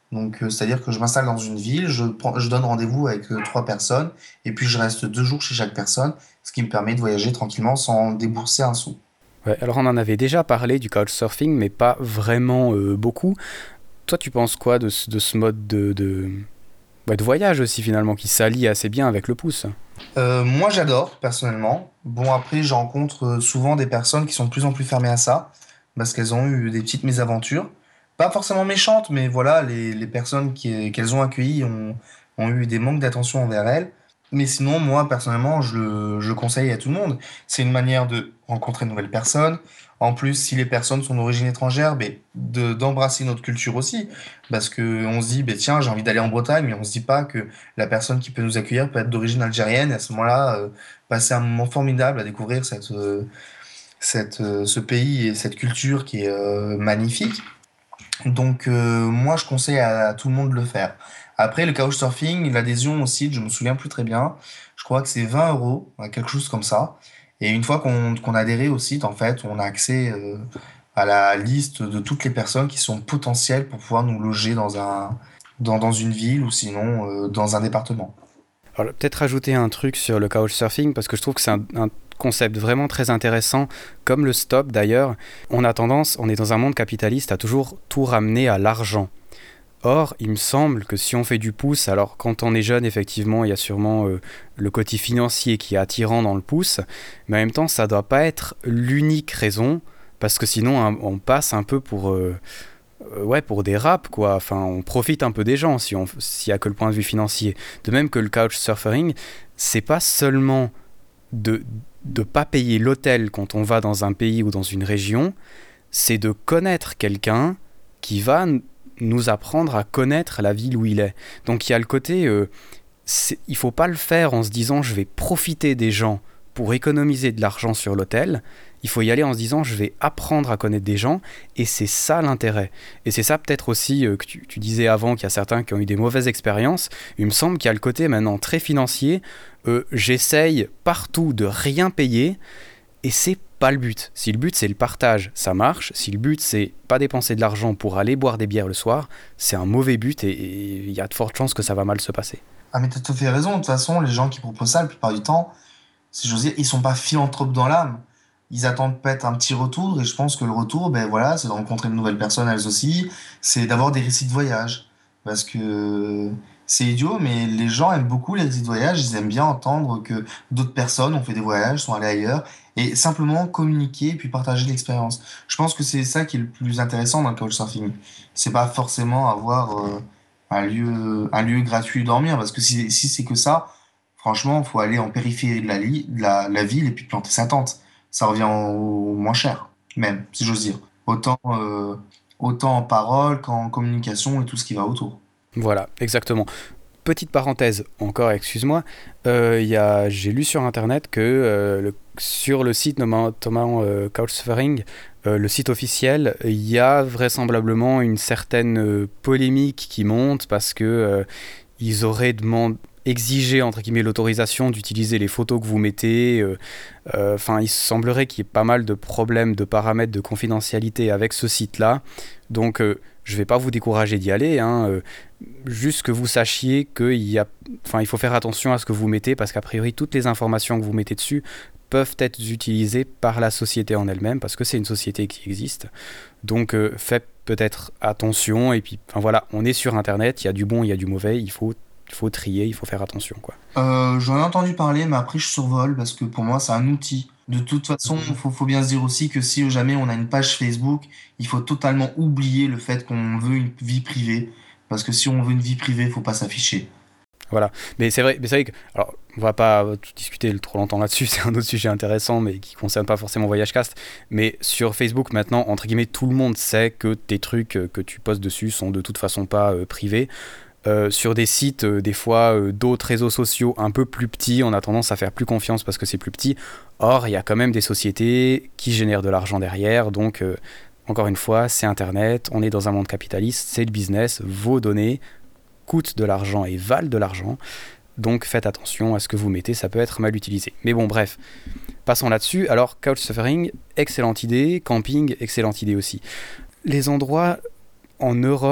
Donc, euh, c'est-à-dire que je m'installe dans une ville, je, prends, je donne rendez-vous avec euh, trois personnes, et puis je reste deux jours chez chaque personne, ce qui me permet de voyager tranquillement sans débourser un sou. Ouais, alors on en avait déjà parlé du couchsurfing, mais pas vraiment euh, beaucoup. Toi, tu penses quoi de, ce- de ce mode de, de, ouais, de voyage aussi finalement, qui s'allie assez bien avec le pouce? Euh, moi, j'adore, personnellement. Bon, après, je rencontre euh, souvent des personnes qui sont de plus en plus fermées à ça, parce qu'elles ont eu des petites mésaventures. Pas forcément méchantes, mais voilà, les, les personnes qui, qu'elles ont accueillies ont, ont eu des manques d'attention envers elles. Mais sinon, moi, personnellement, je le, je le conseille à tout le monde. C'est une manière de rencontrer de nouvelles personnes. En plus, si les personnes sont d'origine étrangère, ben, de, d'embrasser notre culture aussi. Parce que on se dit, ben, tiens, j'ai envie d'aller en Bretagne, mais on se dit pas que la personne qui peut nous accueillir peut être d'origine algérienne. Et à ce moment-là, euh, passer un moment formidable à découvrir cette, euh, cette, euh, ce pays et cette culture qui est euh, magnifique. Donc, euh, moi, je conseille à, à tout le monde de le faire. Après, le couchsurfing, l'adhésion au site, je me souviens plus très bien. Je crois que c'est vingt euros, euh, quelque chose comme ça. Et une fois qu'on qu'on a adhéré au site, en fait, on a accès euh, à la liste de toutes les personnes qui sont potentielles pour pouvoir nous loger dans un, dans, dans une ville ou sinon euh, dans un département. Alors, peut-être rajouter un truc sur le couchsurfing, parce que je trouve que c'est un, un concept vraiment très intéressant, comme le stop d'ailleurs. On a tendance, on est dans un monde capitaliste, à toujours tout ramener à l'argent. Or, il me semble que si on fait du pouce, alors quand on est jeune, effectivement, il y a sûrement euh, le côté financier qui est attirant dans le pouce, mais en même temps, ça ne doit pas être l'unique raison, parce que sinon, hein, on passe un peu pour, euh, euh, ouais, pour des raps, quoi. Enfin, on profite un peu des gens si on, s'il n'y a que le point de vue financier. De même que le couchsurfing, c'est pas seulement de ne pas payer l'hôtel quand on va dans un pays ou dans une région, c'est de connaître quelqu'un qui va nous apprendre à connaître la ville où il est. Donc il y a le côté, euh, c'est, il faut pas le faire en se disant je vais profiter des gens pour économiser de l'argent sur l'hôtel. Il faut y aller en se disant je vais apprendre à connaître des gens, et c'est ça l'intérêt. Et c'est ça peut-être aussi euh, que tu, tu disais avant qu'il y a certains qui ont eu des mauvaises expériences. Il me semble qu'il y a le côté maintenant très financier. Euh, j'essaye partout de rien payer, et c'est pas le but. Si le but c'est le partage, ça marche. Si le but c'est pas dépenser de l'argent pour aller boire des bières le soir, c'est un mauvais but, et il y a de fortes chances que ça va mal se passer. Ah, mais t'as tout à fait raison. De toute façon, les gens qui proposent ça, la plupart du temps, si j'ose dire, ils sont pas philanthropes dans l'âme. Ils attendent peut-être un petit retour, et je pense que le retour, ben voilà, c'est de rencontrer de nouvelles personnes elles aussi, c'est d'avoir des récits de voyage. Parce que c'est idiot, mais les gens aiment beaucoup les récits de voyage, ils aiment bien entendre que d'autres personnes ont fait des voyages, sont allées ailleurs, et simplement communiquer et puis partager l'expérience. Je pense que c'est ça qui est le plus intéressant dans le couchsurfing. C'est pas forcément avoir euh, un lieu, un lieu gratuit où dormir, parce que si, si c'est que ça, franchement, faut aller en périphérie de la, li- de la, la ville et puis planter sa tente. Ça revient au, au moins cher, même, si j'ose dire. Autant, euh, autant en parole qu'en communication et tout ce qui va autour. Voilà, exactement. Petite parenthèse, encore, excuse-moi, euh, y a, j'ai lu sur internet que euh, le- sur le site notamment euh, Couchsurfing, euh, le site officiel, il y a vraisemblablement une certaine euh, polémique qui monte parce que euh, ils auraient demandé exigé entre guillemets l'autorisation d'utiliser les photos que vous mettez. euh, euh, Enfin, il semblerait qu'il y ait pas mal de problèmes de paramètres de confidentialité avec ce site-là. Donc, euh, je vais pas vous décourager d'y aller, hein, euh, juste que vous sachiez qu'il y a, enfin, il faut faire attention à ce que vous mettez, parce qu'a priori toutes les informations que vous mettez dessus peuvent être utilisées par la société en elle-même, parce que c'est une société qui existe. Donc euh, faites peut-être attention, et puis enfin, voilà, on est sur internet, il y a du bon, il y a du mauvais, il faut, il faut trier, il faut faire attention, quoi. Euh, j'en ai entendu parler, mais après je survole parce que pour moi c'est un outil. De toute façon, il faut, faut bien se dire aussi que si jamais on a une page Facebook, il faut totalement oublier le fait qu'on veut une vie privée. Parce que si on veut une vie privée, il faut pas s'afficher. Voilà, mais c'est vrai, mais c'est vrai que, alors, on va pas euh, tout discuter trop longtemps là-dessus, c'est un autre sujet intéressant, mais qui concerne pas forcément VoyageCast. Mais sur Facebook maintenant, entre guillemets, tout le monde sait que tes trucs euh, que tu postes dessus sont de toute façon pas euh, privés. Euh, sur des sites, euh, des fois, euh, d'autres réseaux sociaux un peu plus petits, on a tendance à faire plus confiance parce que c'est plus petit. Or, il y a quand même des sociétés qui génèrent de l'argent derrière, donc euh, encore une fois, c'est Internet, on est dans un monde capitaliste, c'est le business, vos données coûtent de l'argent et valent de l'argent, donc faites attention à ce que vous mettez, ça peut être mal utilisé. Mais bon, bref, passons là-dessus. Alors, couchsurfing, excellente idée, camping, excellente idée aussi. Les endroits en Europe,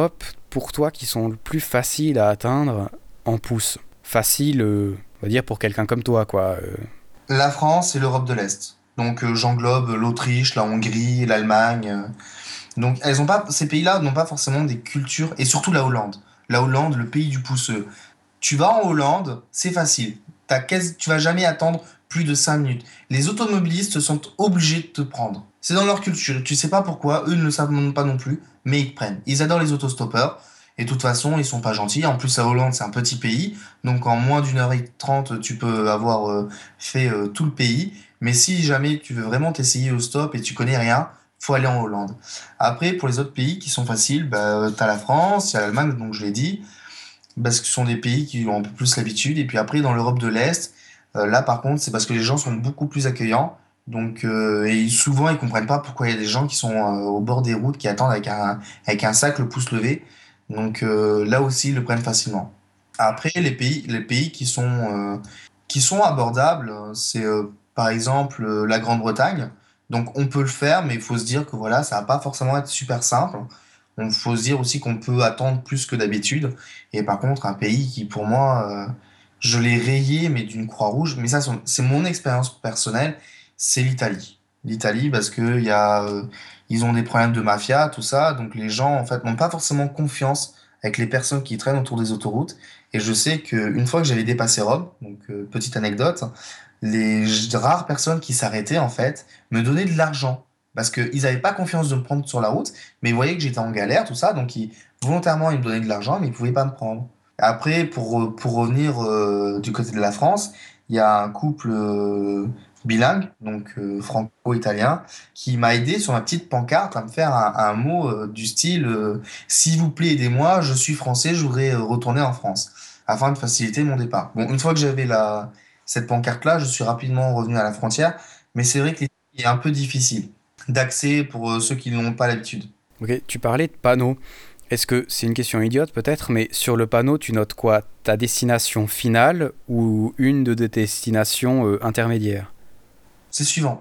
pour toi qui sont le plus faciles à atteindre en pouce? Facile, euh, on va dire pour quelqu'un comme toi, quoi. euh. La France et l'Europe de l'Est. Donc euh, j'englobe l'Autriche, la Hongrie, l'Allemagne. euh. Donc elles ont pas, ces pays-là n'ont pas forcément des cultures, et surtout la Hollande. La Hollande, le pays du pouceux. Tu vas en Hollande, c'est facile. T'as quasi- tu vas jamais attendre plus de cinq minutes. Les automobilistes sont obligés de te prendre. C'est dans leur culture. Tu sais pas pourquoi, eux ne le savent pas non plus, mais ils te prennent. Ils adorent les autostoppeurs. Et de toute façon, ils sont pas gentils. En plus, la Hollande, c'est un petit pays. Donc en moins d'une heure et trente, tu peux avoir euh, fait euh, tout le pays. Mais si jamais tu veux vraiment t'essayer au stop et tu connais rien, faut aller en Hollande. Après, pour les autres pays qui sont faciles, bah, tu as la France, il y a l'Allemagne, donc je l'ai dit, parce que ce sont des pays qui ont un peu plus l'habitude. Et puis après, dans l'Europe de l'Est, euh, là par contre, c'est parce que les gens sont beaucoup plus accueillants. Donc, euh, et souvent, ils comprennent pas pourquoi il y a des gens qui sont euh, au bord des routes, qui attendent avec un, avec un sac, le pouce levé. Donc euh, là aussi, ils le prennent facilement. Après, les pays, les pays qui sont, euh, qui sont abordables, euh, c'est euh, par exemple euh, la Grande-Bretagne. Donc on peut le faire, mais il faut se dire que voilà, ça va pas forcément être super simple. Il faut se dire aussi qu'on peut attendre plus que d'habitude. Et par contre, un pays qui, pour moi, euh, je l'ai rayé, mais d'une croix rouge, mais ça, c'est mon expérience personnelle, c'est l'Italie. L'Italie, parce que il y a, euh, ils ont des problèmes de mafia, tout ça, donc les gens, en fait, n'ont pas forcément confiance avec les personnes qui traînent autour des autoroutes. Et je sais qu'une fois que j'avais dépassé Rome, donc euh, petite anecdote, les rares personnes qui s'arrêtaient, en fait, me donnaient de l'argent. Parce qu'ils n'avaient pas confiance de me prendre sur la route, mais ils voyaient que j'étais en galère, tout ça, donc ils, volontairement, ils me donnaient de l'argent, mais ils ne pouvaient pas me prendre. Après, pour, pour revenir euh, du côté de la France, il y a un couple euh, bilingue, donc euh, franco-italien, qui m'a aidé sur ma petite pancarte à me faire un, un mot euh, du style euh, s'il vous plaît, aidez-moi, je suis français, je voudrais euh, retourner en France, afin de faciliter mon départ. Bon, une fois que j'avais la, cette pancarte-là, je suis rapidement revenu à la frontière, mais c'est vrai que l'Italie est un peu difficile d'accès pour euh, ceux qui n'ont pas l'habitude. Ok, tu parlais de panneaux. Est-ce que c'est une question idiote peut-être, mais sur le panneau, tu notes quoi? Ta destination finale ou une de tes destinations euh, intermédiaires? C'est suivant.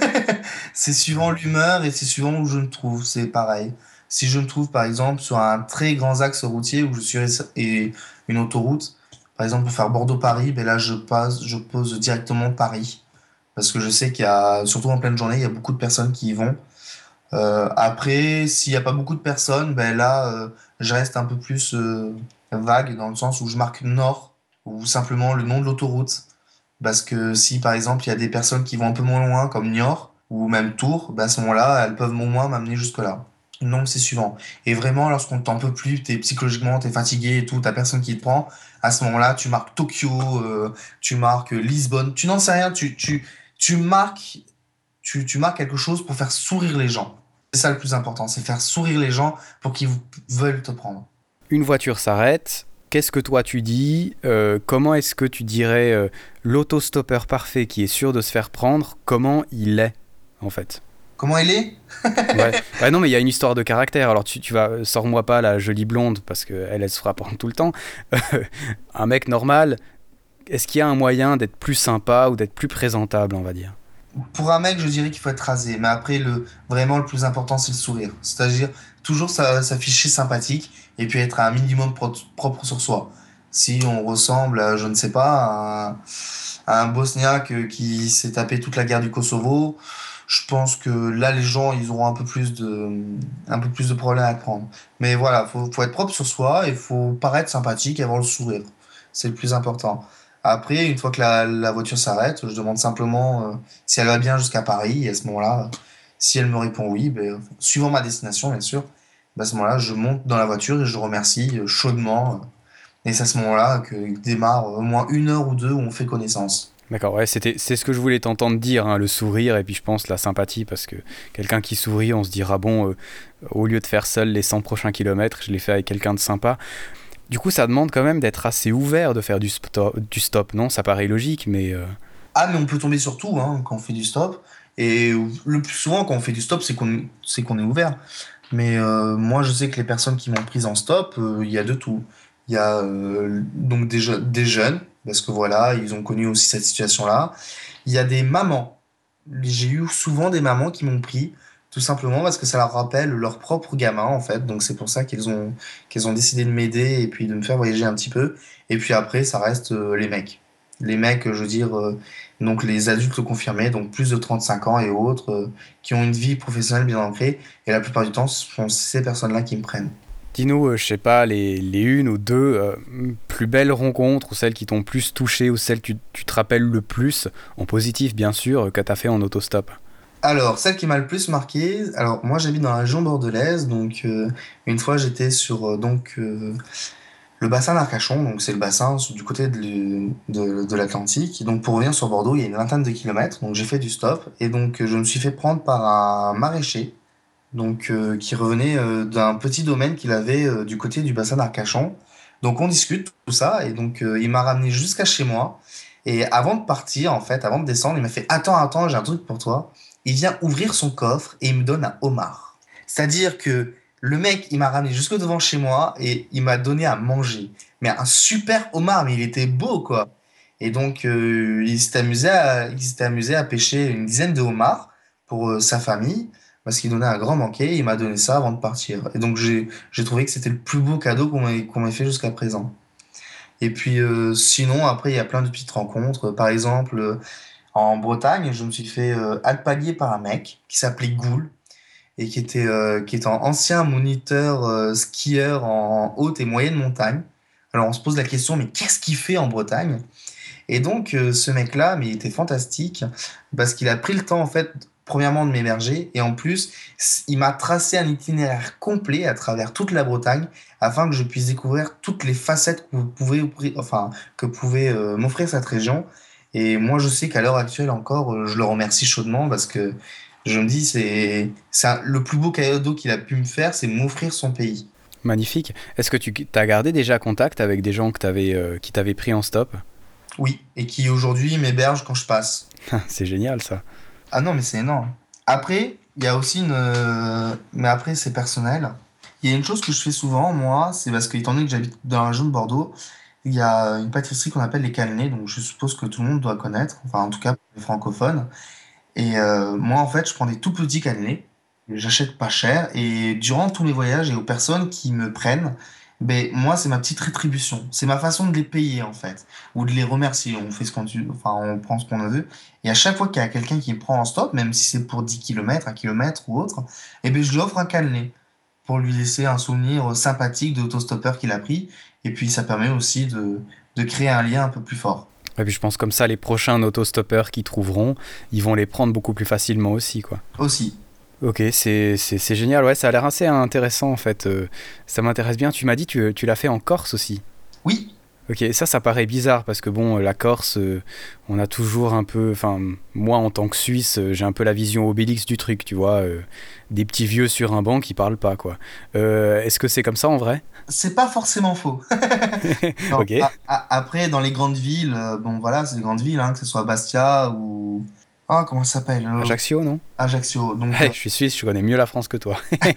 C'est suivant l'humeur et c'est suivant où je me trouve. C'est pareil. Si je me trouve par exemple sur un très grand axe routier où je suis et une autoroute, par exemple pour faire Bordeaux-Paris, ben là je passe, je pose directement Paris parce que je sais qu'il y a, surtout en pleine journée, il y a beaucoup de personnes qui y vont. Euh, après, s'il n'y a pas beaucoup de personnes, ben là, euh, je reste un peu plus euh, vague dans le sens où je marque nord ou simplement le nom de l'autoroute. Parce que si par exemple il y a des personnes qui vont un peu moins loin, comme Niort ou même Tours, ben à ce moment-là, elles peuvent au moins m'amener jusque-là. Donc c'est suivant. Et vraiment, lorsqu'on t'en peut plus, t'es psychologiquement, t'es fatigué et tout, t'as personne qui te prend, à ce moment-là, tu marques Tokyo, euh, tu marques Lisbonne, tu n'en sais rien, tu, tu, tu marques, tu, tu marques quelque chose pour faire sourire les gens. C'est ça le plus important, c'est faire sourire les gens pour qu'ils veulent te prendre. Une voiture s'arrête. Qu'est-ce que toi tu dis? Euh, Comment est-ce que tu dirais euh, l'autostoppeur parfait qui est sûr de se faire prendre? Comment il est en fait? Comment elle est? Ouais. Bah non, mais il y a une histoire de caractère. Alors tu, tu vas, sors-moi pas la jolie blonde parce que elle, elle se fera prendre tout le temps. Un mec normal, est-ce qu'il y a un moyen d'être plus sympa ou d'être plus présentable, on va dire? Pour un mec, je dirais qu'il faut être rasé, mais après, le, vraiment, le plus important, c'est le sourire. C'est-à-dire, toujours s'a- s'afficher sympathique et puis être un minimum pro- propre sur soi. Si on ressemble à, je ne sais pas, à un, à un Bosniaque euh, qui s'est tapé toute la guerre du Kosovo, je pense que là, les gens, ils auront un peu plus de, un peu plus de problèmes à te prendre. Mais voilà, faut, faut être propre sur soi et faut paraître sympathique et avoir le sourire. C'est le plus important. Après, une fois que la, la voiture s'arrête, je demande simplement euh, si elle va bien jusqu'à Paris. Et à ce moment-là, si elle me répond oui, ben, suivant ma destination, bien sûr, ben, à ce moment-là, je monte dans la voiture et je remercie euh, chaudement. euh, Et c'est à ce moment-là que démarre au moins une heure ou deux où on fait connaissance. D'accord, ouais, c'était, c'est ce que je voulais t'entendre dire, hein, le sourire et puis je pense la sympathie parce que quelqu'un qui sourit, on se dira bon, euh, au lieu de faire seul les cent prochains kilomètres, je l'ai fait avec quelqu'un de sympa. Du coup, ça demande quand même d'être assez ouvert de faire du stop, du stop, non? Ça paraît logique, mais... euh, Ah, mais on peut tomber sur tout hein, quand on fait du stop. Et le plus souvent, quand on fait du stop, c'est qu'on c'est qu'on est ouvert. Mais euh, moi, je sais que les personnes qui m'ont prise en stop, euh, il y a de tout. Il y a euh, donc des, je- des jeunes, parce que voilà, ils ont connu aussi cette situation-là. Il y a des mamans. J'ai eu souvent des mamans qui m'ont pris Tout simplement parce que ça leur rappelle leur propre gamin, en fait. Donc c'est pour ça qu'ils ont, qu'ils ont décidé de m'aider et puis de me faire voyager un petit peu. Et puis après, ça reste euh, les mecs. Les mecs, euh, je veux dire, euh, donc les adultes confirmés, donc plus de trente-cinq ans et autres, euh, qui ont une vie professionnelle bien ancrée. Et la plupart du temps, ce sont ces personnes-là qui me prennent. Dis-nous, euh, je sais pas, les, les une ou deux euh, plus belles rencontres, ou celles qui t'ont plus touché, ou celles que tu, tu te rappelles le plus, en positif bien sûr, euh, que t'as fait en autostop. Alors, celle qui m'a le plus marqué, alors moi j'habite dans la région bordelaise, donc euh, une fois j'étais sur euh, donc euh, le bassin d'Arcachon, donc c'est le bassin sur- du côté de, l'U- de, de l'Atlantique. Et donc pour revenir sur Bordeaux, il y a une vingtaine de kilomètres, donc j'ai fait du stop et donc euh, je me suis fait prendre par un maraîcher, donc euh, qui revenait euh, d'un petit domaine qu'il avait euh, du côté du bassin d'Arcachon. Donc on discute tout ça et donc euh, il m'a ramené jusqu'à chez moi. Et avant de partir, en fait, avant de descendre, il m'a fait attends, attends, j'ai un truc pour toi. Il vient ouvrir son coffre et il me donne un homard. C'est-à-dire que le mec, il m'a ramené jusque devant chez moi et il m'a donné à manger. Mais un super homard, mais il était beau, quoi. Et donc, euh, il s'est amusé à, il s'était amusé à pêcher une dizaine de homards pour euh, sa famille, parce qu'il donnait un grand banquet, et il m'a donné ça avant de partir. Et donc, j'ai, j'ai trouvé que c'était le plus beau cadeau qu'on m'ait, qu'on m'ait fait jusqu'à présent. Et puis, euh, sinon, après, il y a plein de petites rencontres. Par exemple, euh, en Bretagne, je me suis fait euh, alpaguer par un mec qui s'appelait Goul et qui était, euh, qui est un ancien moniteur euh, skieur en haute et moyenne montagne. Alors on se pose la question, mais qu'est-ce qu'il fait en Bretagne? Et donc euh, ce mec-là, mais il était fantastique parce qu'il a pris le temps en fait, premièrement de m'héberger et en plus s- il m'a tracé un itinéraire complet à travers toute la Bretagne afin que je puisse découvrir toutes les facettes que vous pouvez, offrir- enfin que pouvait euh, m'offrir cette région. Et moi je sais qu'à l'heure actuelle encore, euh, je le remercie chaudement parce que je me dis c'est c'est un- le plus beau cadeau qu'il a pu me faire, c'est m'offrir son pays. Magnifique. Est-ce que tu as gardé déjà contact avec des gens que t'avais, euh, qui t'avaient pris en stop? Oui, et qui aujourd'hui m'héberge quand je passe. C'est génial ça. Ah non, mais c'est énorme. Après, il y a aussi une... euh, Mais après, c'est personnel. Il y a une chose que je fais souvent, moi, c'est parce que, étant donné que j'habite dans la région de Bordeaux, il y a une pâtisserie qu'on appelle les Cannelés, donc je suppose que tout le monde doit connaître, enfin en tout cas pour les francophones. Et euh, moi, en fait, je prends des tout petits cannelés, j'achète pas cher, et durant tous mes voyages et aux personnes qui me prennent, ben moi, c'est ma petite rétribution. C'est ma façon de les payer, en fait, ou de les remercier. On fait ce qu'on tu... enfin, on prend ce qu'on veut. Et à chaque fois qu'il y a quelqu'un qui me prend en stop, même si c'est pour dix kilomètres, un kilomètre ou autre, eh ben je lui offre un cannelé pour lui laisser un souvenir sympathique de l'autostoppeur qu'il a pris. Et puis, ça permet aussi de, de créer un lien un peu plus fort. Et puis je pense comme ça, les prochains autostoppeurs qui trouveront, ils vont les prendre beaucoup plus facilement aussi, quoi. Aussi. Ok, c'est, c'est, c'est génial, ouais, ça a l'air assez intéressant en fait. Euh, ça m'intéresse bien. Tu m'as dit tu, tu l'as fait en Corse aussi. Oui, Ok, ça, ça paraît bizarre parce que bon, euh, la Corse, euh, on a toujours un peu, enfin, moi en tant que Suisse, euh, j'ai un peu la vision Obélix du truc, tu vois, euh, des petits vieux sur un banc qui parlent pas, quoi. Euh, est-ce que c'est comme ça en vrai? c'est pas forcément faux. Non, Ok. a- a- après, dans les grandes villes, euh, bon voilà, c'est des grandes villes, hein, que ce soit Bastia ou... Ah, comment ça s'appelle? euh, Ajaccio, non? Ajaccio. Donc, Ouais, euh, je suis suisse, je connais mieux la France que toi.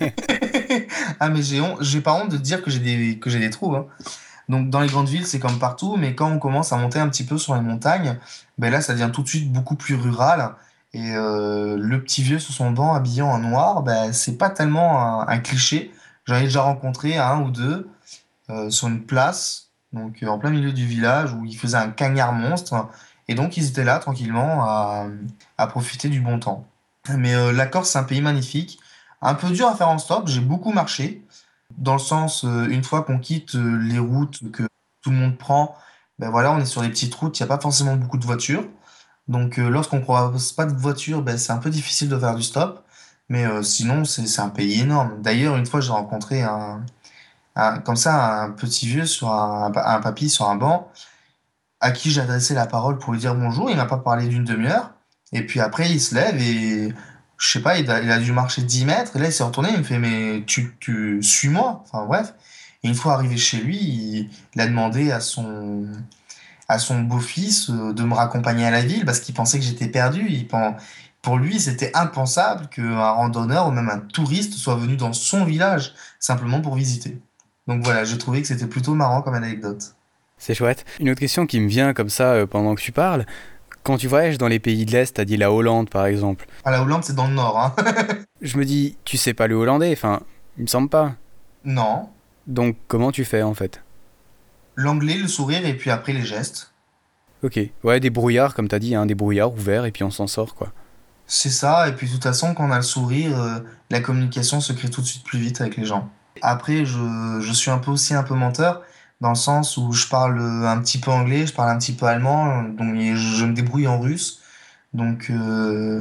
ah, mais j'ai hon- j'ai pas honte de dire que j'ai des, que j'ai des trous, hein. Donc, dans les grandes villes, c'est comme partout, mais quand on commence à monter un petit peu sur les montagnes, ben là, ça devient tout de suite beaucoup plus rural. Et euh, le petit vieux sur son banc habillé en noir, ben, c'est pas tellement un, un cliché. J'en ai déjà rencontré un ou deux euh, sur une place, donc euh, en plein milieu du village, où ils faisaient un cagnard monstre. Et donc, ils étaient là tranquillement à, à profiter du bon temps. Mais euh, la Corse, c'est un pays magnifique. Un peu dur à faire en stop, j'ai beaucoup marché. Dans le sens, euh, une fois qu'on quitte euh, les routes que tout le monde prend, ben voilà, on est sur des petites routes, il n'y a pas forcément beaucoup de voitures. Donc, euh, lorsqu'on ne croise pas de voiture, ben, c'est un peu difficile de faire du stop. Mais euh, sinon, c'est c'est un pays énorme. D'ailleurs, une fois, j'ai rencontré un, un- comme ça, un petit vieux sur un, un papy sur un banc à qui j'ai adressé la parole pour lui dire bonjour. Il m'a pas parlé d'une demi-heure. Et puis après, il se lève et je sais pas, il a, il a dû marcher dix mètres. Et là, il s'est retourné. Il me fait, mais tu, tu suis-moi. Enfin bref. Et une fois arrivé chez lui, il, il a demandé à son, à son beau-fils euh, de me raccompagner à la ville parce qu'il pensait que j'étais perdu. Il pen- Pour lui, c'était impensable qu'un randonneur ou même un touriste soit venu dans son village simplement pour visiter. Donc voilà, j'ai trouvé que c'était plutôt marrant comme anecdote. C'est chouette. Une autre question qui me vient comme ça euh, pendant que tu parles. Quand tu voyages dans les pays de l'Est, t'as dit la Hollande par exemple. Ah, la Hollande, c'est dans le nord, hein. je me dis, tu sais pas le hollandais, enfin, il me semble pas. Non. Donc comment tu fais en fait? L'anglais, le sourire et puis après les gestes. Ok, ouais, des brouillards, comme t'as dit, hein, des brouillards ouverts, et puis on s'en sort, quoi. C'est ça, et puis de toute façon, quand on a le sourire, euh, la communication se crée tout de suite plus vite avec les gens. Après, je, je suis un peu aussi un peu menteur, dans le sens où je parle euh, un petit peu anglais, je parle un petit peu allemand, donc et je, je me débrouille en russe. Donc, euh,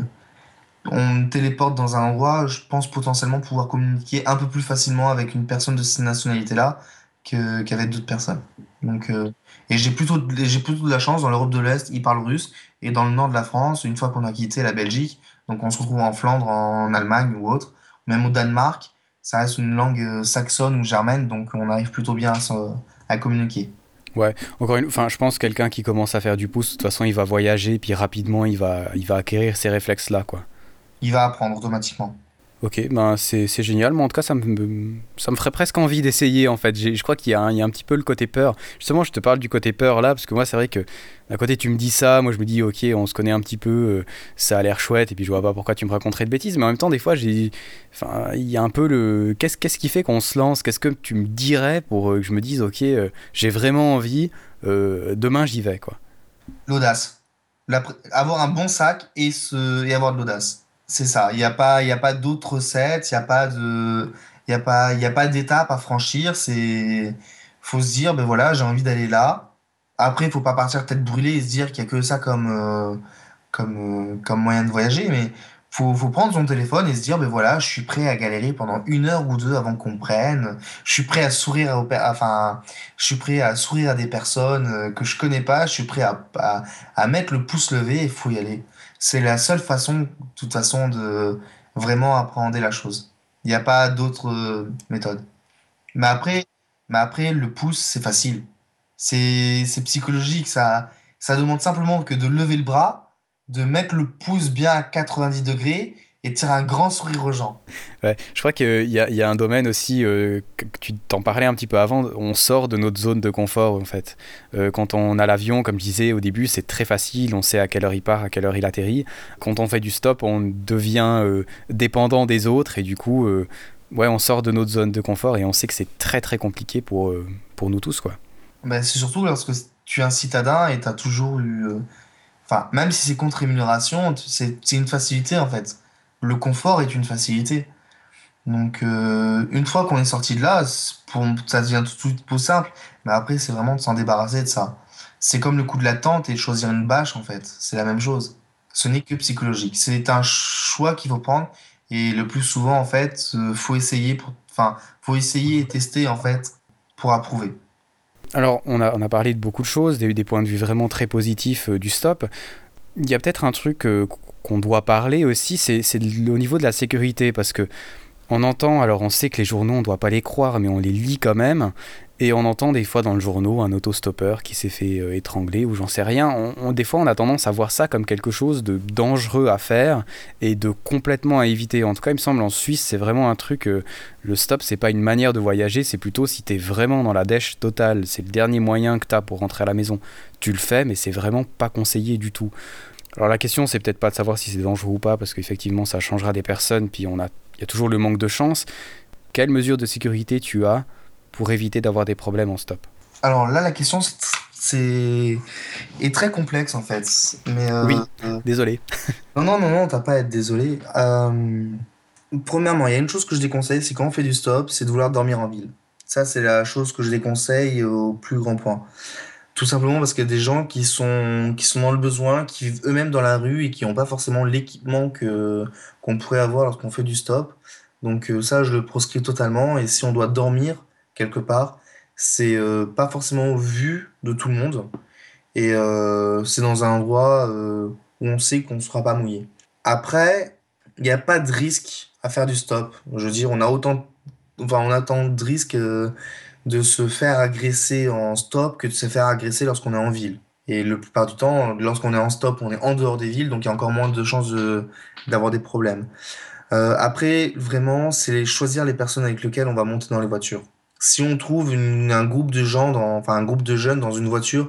on me téléporte dans un endroit, je pense potentiellement pouvoir communiquer un peu plus facilement avec une personne de cette nationalité-là que, qu'avec d'autres personnes. Donc, euh, et j'ai plutôt, de- j'ai plutôt de la chance, dans l'Europe de l'Est, ils parlent russe, et dans le nord de la France, une fois qu'on a quitté la Belgique, donc on se retrouve en Flandre, en Allemagne ou autre, même au Danemark, ça reste une langue euh, saxonne ou germaine, donc on arrive plutôt bien à, se- à communiquer. Ouais, encore une enfin, je pense que quelqu'un qui commence à faire du pouce, de toute façon, il va voyager, puis rapidement, il va, il va acquérir ces réflexes-là, quoi. Il va apprendre automatiquement. Ok, ben c'est c'est génial, mais en tout cas ça me, ça me ferait presque envie d'essayer en fait. J'ai- Je crois qu'il y a, un, il y a un petit peu le côté peur. Justement, je te parle du côté peur là, parce que moi c'est vrai que d'un côté tu me dis ça, moi je me dis ok, on se connaît un petit peu, euh, ça a l'air chouette, et puis je vois pas pourquoi tu me raconterais de bêtises, mais en même temps des fois j'ai, enfin il y a un peu le, qu'est-ce qu'est-ce qui fait qu'on se lance, qu'est-ce que tu me dirais pour euh, que je me dise ok, euh, j'ai vraiment envie, euh, demain j'y vais quoi. L'audace. La pr- avoir un bon sac et, se, et avoir de l'audace. C'est ça. Il n'y a pas, il y a pas d'autres recettes, il n'y a pas de, il y a pas, il y a pas d'étape à franchir. C'est, faut se dire, ben voilà, j'ai envie d'aller là. Après, il faut pas partir tête brûlée et se dire qu'il y a que ça comme, euh, comme, euh, comme moyen de voyager, mais faut, faut prendre son téléphone et se dire, ben voilà, je suis prêt à galérer pendant une heure ou deux avant qu'on me prenne. Je suis prêt à sourire, aux per- enfin, je suis prêt à sourire à des personnes euh, que je connais pas. Je suis prêt à, à, à mettre le pouce levé et il faut y aller. C'est la seule façon, de toute façon, de vraiment appréhender la chose. Il n'y a pas d'autre euh, méthode. Mais après, mais après, le pouce, c'est facile. C'est, c'est psychologique. Ça, ça demande simplement que de lever le bras, de mettre le pouce bien à quatre-vingt-dix degrés et de tirer un grand sourire aux gens. Ouais, je crois qu'il y a, il y a un domaine aussi, euh, que que tu t'en parlais un petit peu avant, on sort de notre zone de confort en fait. Euh, quand on a l'avion, comme je disais au début, c'est très facile, on sait à quelle heure il part, à quelle heure il atterrit. Quand on fait du stop, on devient euh, dépendant des autres et du coup, euh, ouais, on sort de notre zone de confort et on sait que c'est très très compliqué pour, euh, pour nous tous quoi. Ben, c'est surtout lorsque tu es un citadin et tu as toujours eu. euh, Enfin, même si c'est contre rémunération, tu- c'est c'est une facilité en fait. Le confort est une facilité. Donc, euh, une fois qu'on est sorti de là, c'est- pour, ça devient tout de suite plus simple. Mais après, c'est vraiment de s'en débarrasser de ça. C'est comme le coup de la tente et de choisir une bâche, en fait. C'est la même chose. Ce n'est que psychologique. C'est un choix qu'il faut prendre. Et le plus souvent, en fait, euh, faut essayer pour, enfin, faut essayer et tester, en fait, pour approuver. Alors, on a, on a parlé de beaucoup de choses, des, des points de vue vraiment très positifs euh, du stop. Il y a peut-être un truc euh, qu'on doit parler aussi, c'est c'est au niveau de la sécurité, parce que on entend, alors on sait que les journaux, on ne doit pas les croire, mais on les lit quand même. Et on entend des fois dans le journal un autostoppeur qui s'est fait euh, étrangler ou j'en sais rien. On, on- des fois, on a tendance à voir ça comme quelque chose de dangereux à faire et de complètement à éviter. En tout cas, il me semble en Suisse, c'est vraiment un truc. Euh, le stop, c'est pas une manière de voyager, c'est plutôt si t'es vraiment dans la dèche totale. C'est le dernier moyen que t'as pour rentrer à la maison. Tu le fais, mais c'est vraiment pas conseillé du tout. Alors la question, c'est peut-être pas de savoir si c'est dangereux ou pas, parce qu'effectivement, ça changera des personnes, puis on a, il y a toujours le manque de chance. Quelles mesures de sécurité tu as pour éviter d'avoir des problèmes en stop? Alors là, la question, c'est c'est- est très complexe, en fait. Mais, euh, Oui, désolé. non, non, non, non, t'as pas à être désolé. Euh, Premièrement, il y a une chose que je déconseille, c'est quand on fait du stop, c'est de vouloir dormir en ville. Ça, c'est la chose que je déconseille au plus grand point. Tout simplement parce qu'il y a des gens qui sont, qui sont dans le besoin, qui vivent eux-mêmes dans la rue et qui n'ont pas forcément l'équipement que, qu'on pourrait avoir lorsqu'on fait du stop. Donc euh, ça, je le proscris totalement. Et si on doit dormir quelque part, c'est euh, pas forcément vu de tout le monde. Et euh, c'est dans un endroit euh, où on sait qu'on ne sera pas mouillé. Après, il n'y a pas de risque à faire du stop. Je veux dire, on a autant, enfin, on a tant de risques euh, de se faire agresser en stop que de se faire agresser lorsqu'on est en ville. Et la plupart du temps, lorsqu'on est en stop, on est en dehors des villes, donc il y a encore moins de chances de- d'avoir des problèmes. Euh, après, vraiment, c'est choisir les personnes avec lesquelles on va monter dans les voitures. Si on trouve une- un groupe de gens, dans, enfin un groupe de jeunes dans une voiture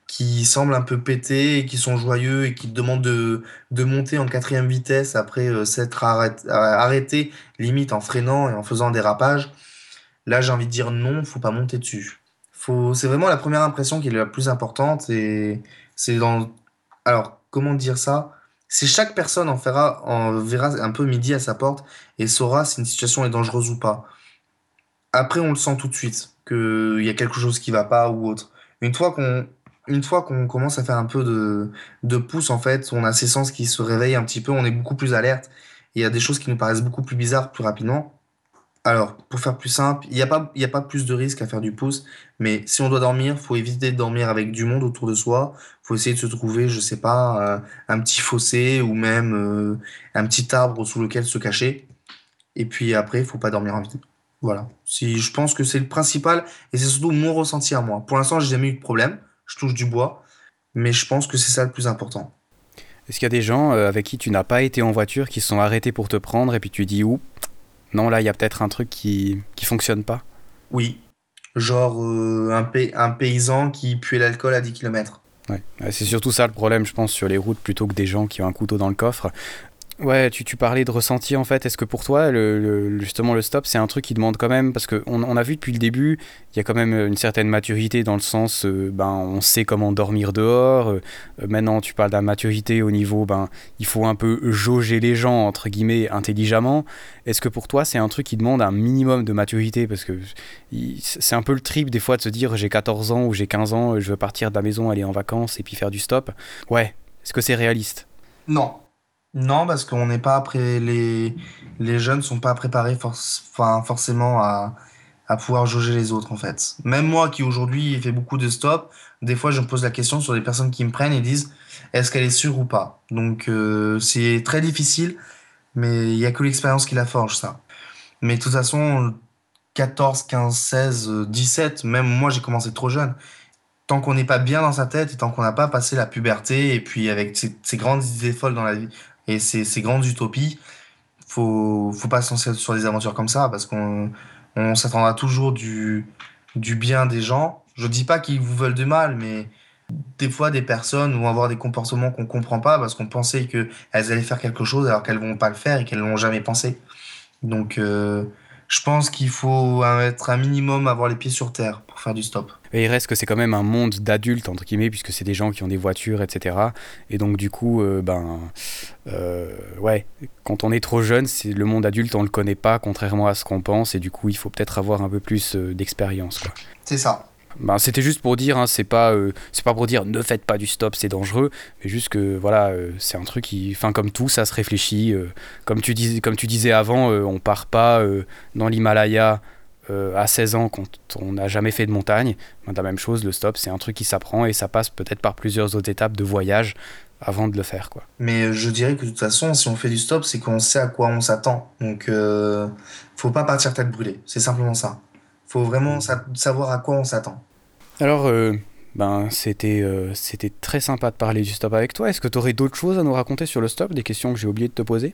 qui semblent un peu pétés et qui sont joyeux et qui te demandent de, de monter en quatrième vitesse après euh, s'être arrêt- euh, arrêté, limite en freinant et en faisant un dérapage. Là, j'ai envie de dire non, faut pas monter dessus. Faut, c'est vraiment la première impression qui est la plus importante et c'est dans, alors, comment dire ça? C'est chaque personne en fera, en verra un peu midi à sa porte et saura si une situation est dangereuse ou pas. Après, on le sent tout de suite qu'il y a quelque chose qui va pas ou autre. Une fois qu'on, une fois qu'on commence à faire un peu de, de pouce, en fait, on a ses sens qui se réveillent un petit peu, on est beaucoup plus alerte. Il y a des choses qui nous paraissent beaucoup plus bizarres plus rapidement. Alors, pour faire plus simple, il n'y a pas, il y a pas plus de risque à faire du pouce, mais si on doit dormir, faut éviter de dormir avec du monde autour de soi. Faut essayer de se trouver, je sais pas, euh, un petit fossé ou même euh, un petit arbre sous lequel se cacher. Et puis après, il faut pas dormir en ville. Voilà. Si, je pense que c'est le principal et c'est surtout mon ressenti à moi. Pour l'instant, j'ai jamais eu de problème. Je touche du bois, mais je pense que c'est ça le plus important. Est-ce qu'il y a des gens euh, avec qui tu n'as pas été en voiture, qui se sont arrêtés pour te prendre et puis tu dis, ouh, non, là, il y a peut-être un truc qui qui fonctionne pas. Oui. Genre euh, un, pa- un paysan qui puait l'alcool à dix kilomètres. Ouais. Ouais, c'est surtout ça le problème, je pense, sur les routes, plutôt que des gens qui ont un couteau dans le coffre. Ouais, tu, tu parlais de ressenti en fait. Est-ce que pour toi, le, le- justement, le stop, c'est un truc qui demande quand même, parce qu'on on a vu depuis le début, il y a quand même une certaine maturité dans le sens, euh, ben, on sait comment dormir dehors. Euh, euh, maintenant, tu parles de la maturité au niveau, ben, il faut un peu jauger les gens, entre guillemets, intelligemment. Est-ce que pour toi, c'est un truc qui demande un minimum de maturité? Parce que il- c'est un peu le trip des fois de se dire, j'ai quatorze ans ou j'ai quinze ans, je veux partir de la maison, aller en vacances et puis faire du stop. Ouais, est-ce que c'est réaliste? Non. Non, parce qu'on n'est pas après les les jeunes sont pas préparés forc- enfin, forcément à, à pouvoir jauger les autres en fait. Même moi qui aujourd'hui fais beaucoup de stop, des fois je me pose la question sur les personnes qui me prennent et disent est-ce qu'elle est sûre ou pas. Donc euh, c'est très difficile, mais il y a que l'expérience qui la forge ça. Mais de toute façon, quatorze, quinze, seize, euh, dix-sept, même moi j'ai commencé trop jeune. Tant qu'on n'est pas bien dans sa tête et tant qu'on n'a pas passé la puberté et puis avec ces, ces grandes idées folles dans la vie et ces, ces grandes utopies, faut, faut pas se lancer sur des aventures comme ça parce qu'on on s'attendra toujours du, du bien des gens. Je dis pas qu'ils vous veulent du mal, mais des fois, des personnes vont avoir des comportements qu'on comprend pas parce qu'on pensait qu'elles allaient faire quelque chose alors qu'elles vont pas le faire et qu'elles l'ont jamais pensé. Donc, euh, je pense qu'il faut être un minimum, avoir les pieds sur terre pour faire du stop. Et il reste que c'est quand même un monde d'adultes, entre guillemets, puisque c'est des gens qui ont des voitures, et cetera. Et donc, du coup, euh, ben, euh, ouais, quand on est trop jeune, c'est, le monde adulte, on le connaît pas, contrairement à ce qu'on pense, et du coup, il faut peut-être avoir un peu plus euh, d'expérience, quoi. C'est ça. Ben, c'était juste pour dire, hein, c'est pas, euh, c'est pas pour dire ne faites pas du stop, c'est dangereux, mais juste que voilà, euh, c'est un truc qui, enfin comme tout, ça se réfléchit. Euh, comme tu dis, comme tu disais avant, euh, on part pas euh, dans l'Himalaya euh, à seize ans quand on n'a jamais fait de montagne. Ben, la même chose, le stop, c'est un truc qui s'apprend et ça passe peut-être par plusieurs autres étapes de voyage avant de le faire, quoi. Mais je dirais que de toute façon, si on fait du stop, c'est qu'on sait à quoi on s'attend. Donc, euh, faut pas partir tête brûlée. C'est simplement ça. Faut vraiment sa- savoir à quoi on s'attend. Alors, euh, ben, c'était, euh, c'était très sympa de parler du stop avec toi. Est-ce que tu aurais d'autres choses à nous raconter sur le stop, des questions que j'ai oublié de te poser?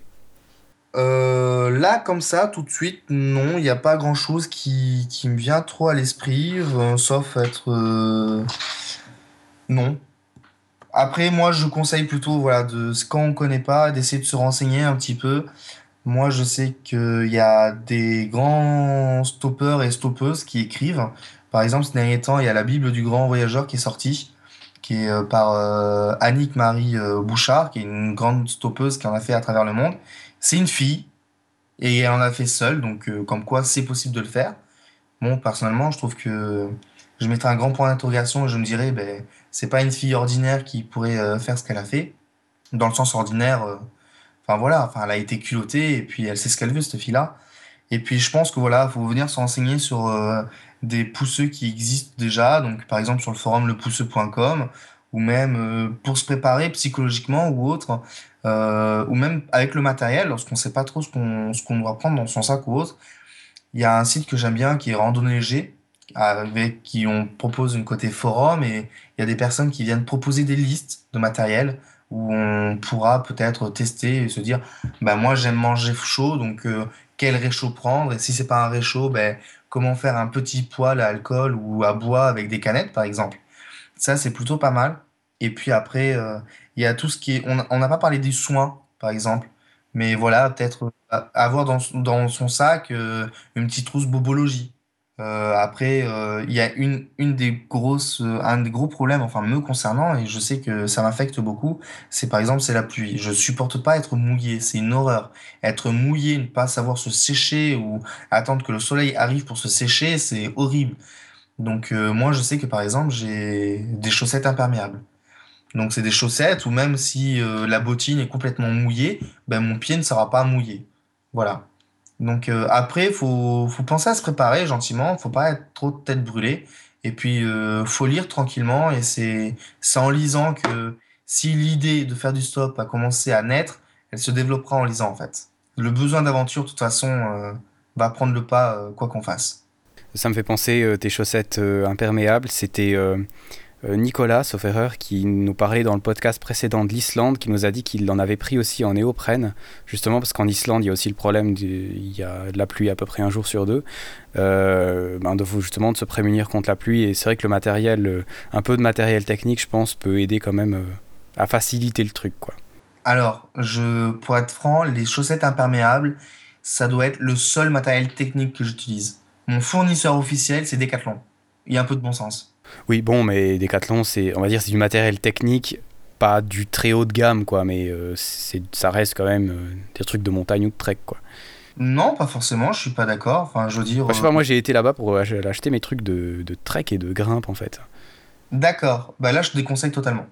Euh, là, comme ça, tout de suite, non, il n'y a pas grand-chose qui, qui me vient trop à l'esprit, euh, sauf être... euh, non. Après, moi, je conseille plutôt, voilà, de, quand on ne connaît pas, d'essayer de se renseigner un petit peu. Moi, je sais qu'il y a des grands stoppeurs et stoppeuses qui écrivent. Par exemple, ces derniers temps, il y a la Bible du grand voyageur qui est sortie, qui est euh, par euh, Annick Marie euh, Bouchard, qui est une grande stoppeuse qui en a fait à travers le monde. C'est une fille, et elle en a fait seule, donc euh, comme quoi c'est possible de le faire. Bon, personnellement, je trouve que je mettrais un grand point d'interrogation et je me dirais, ben, c'est pas une fille ordinaire qui pourrait euh, faire ce qu'elle a fait. Dans le sens ordinaire, euh, enfin voilà, enfin, elle a été culottée et puis elle sait ce qu'elle veut, cette fille-là. Et puis je pense que voilà, faut venir se renseigner sur euh, des pousseux qui existent déjà, donc par exemple sur le forum lepousseux point com, ou même euh, pour se préparer psychologiquement ou autre, euh, ou même avec le matériel, lorsqu'on sait pas trop ce qu'on ce qu'on doit prendre dans son sac ou autre. Il y a un site que j'aime bien qui est Randonnée Léger, avec qui on propose une côté forum et il y a des personnes qui viennent proposer des listes de matériel où on pourra peut-être tester et se dire bah moi j'aime manger chaud donc euh, quel réchaud prendre et si c'est pas un réchaud ben comment faire un petit poêle à alcool ou à bois avec des canettes par exemple. Ça, c'est plutôt pas mal. Et puis après, euh, il y a tout ce qui est... On on n'a pas parlé des soins, par exemple. Mais voilà, peut-être euh, avoir dans, son- dans son sac euh, une petite trousse bobologie. Euh, après, euh, il y a une, une des grosses, euh, un des gros problèmes, enfin me concernant, et je sais que ça m'affecte beaucoup, c'est par exemple, c'est la pluie. Je supporte pas être mouillé, c'est une horreur. Être mouillé, ne pas savoir se sécher ou attendre que le soleil arrive pour se sécher, c'est horrible. Donc euh, moi, je sais que par exemple, j'ai des chaussettes imperméables. Donc c'est des chaussettes où même si euh, la bottine est complètement mouillée, ben mon pied ne sera pas mouillé. Voilà. Donc euh, après, faut faut penser à se préparer gentiment, faut pas être trop tête brûlée. Et puis euh, faut lire tranquillement et c'est c'est en lisant que si l'idée de faire du stop a commencé à naître, elle se développera en lisant en fait. Le besoin d'aventure, de toute façon, euh, va prendre le pas euh, quoi qu'on fasse. Ça me fait penser, euh, tes chaussettes euh, imperméables, c'était euh, euh, Nicolas, sauf erreur, qui nous parlait dans le podcast précédent de l'Islande, qui nous a dit qu'il en avait pris aussi en néoprène, justement parce qu'en Islande, il y a aussi le problème, du, il y a de la pluie à peu près un jour sur deux, euh, ben de, justement de se prémunir contre la pluie, et c'est vrai que le matériel, euh, un peu de matériel technique, je pense, peut aider quand même euh, à faciliter le truc, quoi. Alors, je, pour être franc, les chaussettes imperméables, ça doit être le seul matériel technique que j'utilise. Mon fournisseur officiel, c'est Decathlon. Il y a un peu de bon sens. Oui, bon, mais Decathlon, c'est, on va dire, c'est du matériel technique, pas du très haut de gamme, quoi, mais euh, c'est, ça reste quand même euh, des trucs de montagne ou de trek, quoi. Non, pas forcément, je suis pas d'accord. Enfin, je veux dire, Enfin, je sais euh, pas, moi j'ai été là-bas pour ach- acheter mes trucs de, de trek et de grimpe, en fait. d'accord. Bah là, je te déconseille totalement.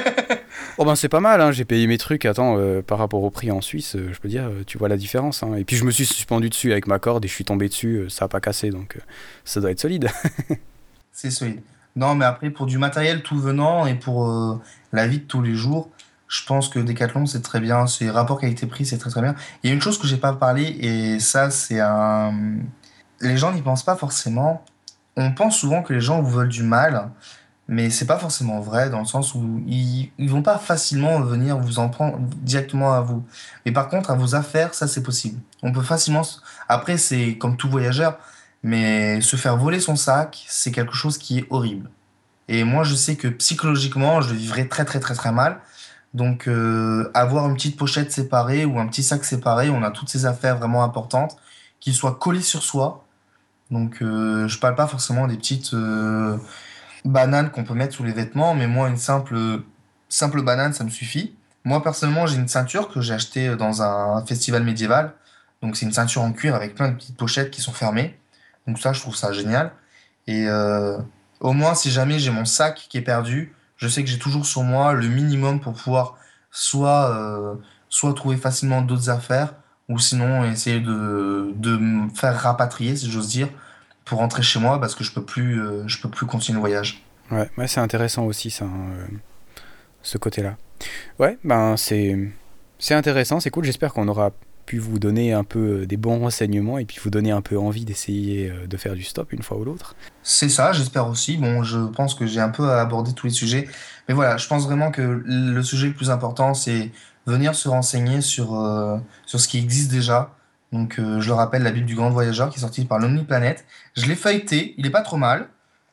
Oh ben c'est pas mal, hein, j'ai payé mes trucs, attends, euh, par rapport au prix en Suisse, euh, je peux dire, euh, tu vois la différence, hein. Et puis je me suis suspendu dessus avec ma corde et je suis tombé dessus, euh, ça a pas cassé, donc euh, ça doit être solide. C'est solide. Non, mais après, pour du matériel tout venant et pour euh, la vie de tous les jours, je pense que Decathlon, c'est très bien. C'est rapport qualité-prix, c'est très très bien. Il y a une chose que j'ai pas parlé, et ça, c'est un... Les gens n'y pensent pas forcément. On pense souvent que les gens vous veulent du mal, mais c'est pas forcément vrai dans le sens où ils, ils vont pas facilement venir vous en prendre directement à vous. Mais par contre, à vos affaires, ça c'est possible. On peut facilement. s- Après, c'est comme tout voyageur, mais se faire voler son sac, c'est quelque chose qui est horrible. Et moi, je sais que psychologiquement, je le vivrais très très très très mal. Donc, euh, avoir une petite pochette séparée ou un petit sac séparé, où on a toutes ces affaires vraiment importantes, qui soient collées sur soi. Donc, euh, je parle pas forcément des petites euh, bananes qu'on peut mettre sous les vêtements, mais moi, une simple, simple banane, ça me suffit. Moi, personnellement, j'ai une ceinture que j'ai achetée dans un festival médiéval. Donc, c'est une ceinture en cuir avec plein de petites pochettes qui sont fermées. Donc, ça, je trouve ça génial. Et euh, au moins, si jamais j'ai mon sac qui est perdu, je sais que j'ai toujours sur moi le minimum pour pouvoir soit, euh, soit trouver facilement d'autres affaires, ou sinon essayer de, de me faire rapatrier, si j'ose dire, pour rentrer chez moi parce que je peux plus, euh, je peux plus continuer le voyage. Ouais, ouais, c'est intéressant aussi ça, hein, euh, ce côté-là. Ouais, ben c'est c'est intéressant, c'est cool. J'espère qu'on aura pu vous donner un peu euh, des bons renseignements et puis vous donner un peu envie d'essayer euh, de faire du stop une fois ou l'autre. C'est ça, j'espère aussi. Bon, je pense que j'ai un peu abordé tous les sujets. Mais voilà, je pense vraiment que le sujet le plus important, c'est venir se renseigner sur, euh, sur ce qui existe déjà. Donc, euh, je le rappelle, la Bible du Grand Voyageur qui est sortie par l'Omniplanète. Je l'ai feuilleté, il est pas trop mal.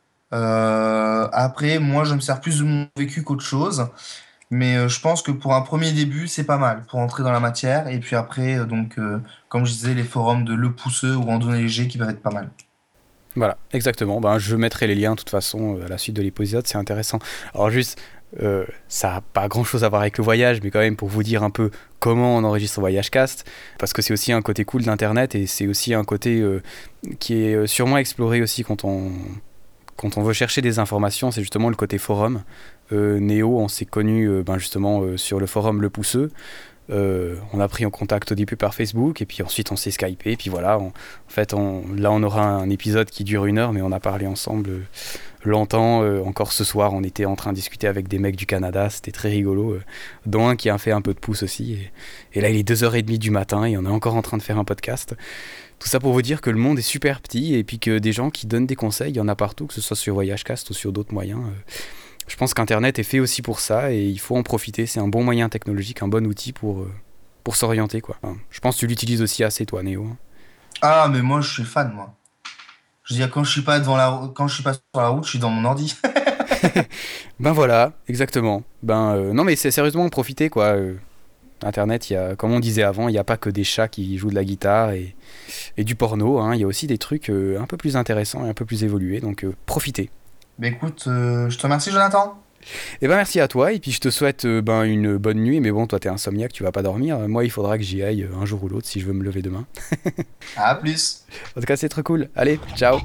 Euh, après, moi, je me sers plus de mon vécu qu'autre chose. Mais euh, je pense que pour un premier début, c'est pas mal pour entrer dans la matière. Et puis après, euh, donc, euh, comme je disais, les forums de Le Pousseux ou Randonnée Léger qui peuvent être pas mal. Voilà, exactement. Ben, je mettrai les liens de toute façon euh, à la suite de l'épisode, c'est intéressant. Alors juste, euh, ça n'a pas grand-chose à voir avec le voyage, mais quand même pour vous dire un peu comment on enregistre VoyageCast, parce que c'est aussi un côté cool d'Internet et c'est aussi un côté euh, qui est euh, sûrement exploré aussi quand on, quand on veut chercher des informations, c'est justement le côté forum. Euh, Néo, on s'est connu euh, ben justement euh, sur le forum Le Pousseux. Euh, on a pris en contact au début par Facebook et puis ensuite on s'est skypé et puis voilà, on- en fait on, là on aura un épisode qui dure une heure mais on a parlé ensemble euh, longtemps, euh, encore ce soir on était en train de discuter avec des mecs du Canada, c'était très rigolo, euh, dont un qui a fait un peu de pouce aussi et, et là il est deux heures trente du matin et on est encore en train de faire un podcast. Tout ça pour vous dire que le monde est super petit et puis que des gens qui donnent des conseils, il y en a partout, que ce soit sur VoyageCast ou sur d'autres moyens. euh, je pense qu'Internet est fait aussi pour ça et il faut en profiter. C'est un bon moyen technologique, un bon outil pour, euh, pour s'orienter, quoi. Enfin, je pense que tu l'utilises aussi assez, toi, Néo. Ah, mais moi, je suis fan, moi. Je veux dire, quand je suis pas devant la, rou- quand je suis pas sur la route, je suis dans mon ordi. Ben voilà, exactement. Ben euh, non mais c'est sérieusement profiter quoi. Euh, Internet, il y a, comme on disait avant, il n'y a pas que des chats qui jouent de la guitare et, et du porno. Hein. Il y a aussi des trucs euh, un peu plus intéressants et un peu plus évolués. Donc euh, profitez. Mais écoute, euh, je te remercie, Jonathan. Et ben merci à toi et puis je te souhaite euh, ben une bonne nuit. Mais bon, toi t'es insomniaque, tu vas pas dormir. Moi, il faudra que j'y aille euh, un jour ou l'autre si je veux me lever demain. À plus. En tout cas, c'est trop cool. Allez, ciao.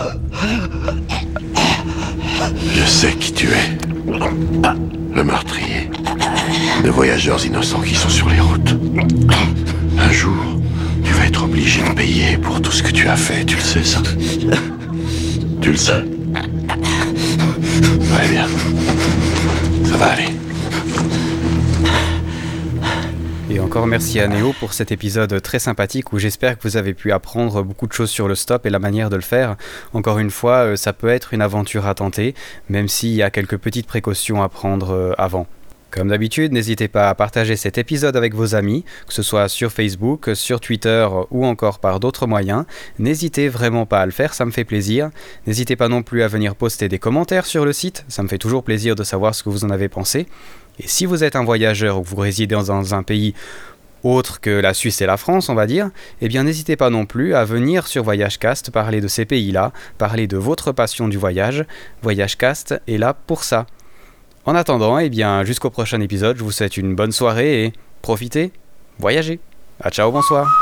Je sais qui tu es. Le meurtrier. De voyageurs innocents qui sont sur les routes. Un jour, tu vas être obligé de payer pour tout ce que tu as fait, tu le sais ça. Tu le sais. Très bien. Ça va aller. Et encore merci à Néo pour cet épisode très sympathique où j'espère que vous avez pu apprendre beaucoup de choses sur le stop et la manière de le faire. Encore une fois, ça peut être une aventure à tenter, même s'il y a quelques petites précautions à prendre avant. Comme d'habitude, n'hésitez pas à partager cet épisode avec vos amis, que ce soit sur Facebook, sur Twitter ou encore par d'autres moyens. N'hésitez vraiment pas à le faire, ça me fait plaisir. N'hésitez pas non plus à venir poster des commentaires sur le site, ça me fait toujours plaisir de savoir ce que vous en avez pensé. Et si vous êtes un voyageur ou que vous résidez dans un pays autre que la Suisse et la France, on va dire, eh bien n'hésitez pas non plus à venir sur VoyageCast parler de ces pays-là, parler de votre passion du voyage. VoyageCast est là pour ça. En attendant, eh bien, jusqu'au prochain épisode, je vous souhaite une bonne soirée et profitez, voyagez. À ciao, bonsoir.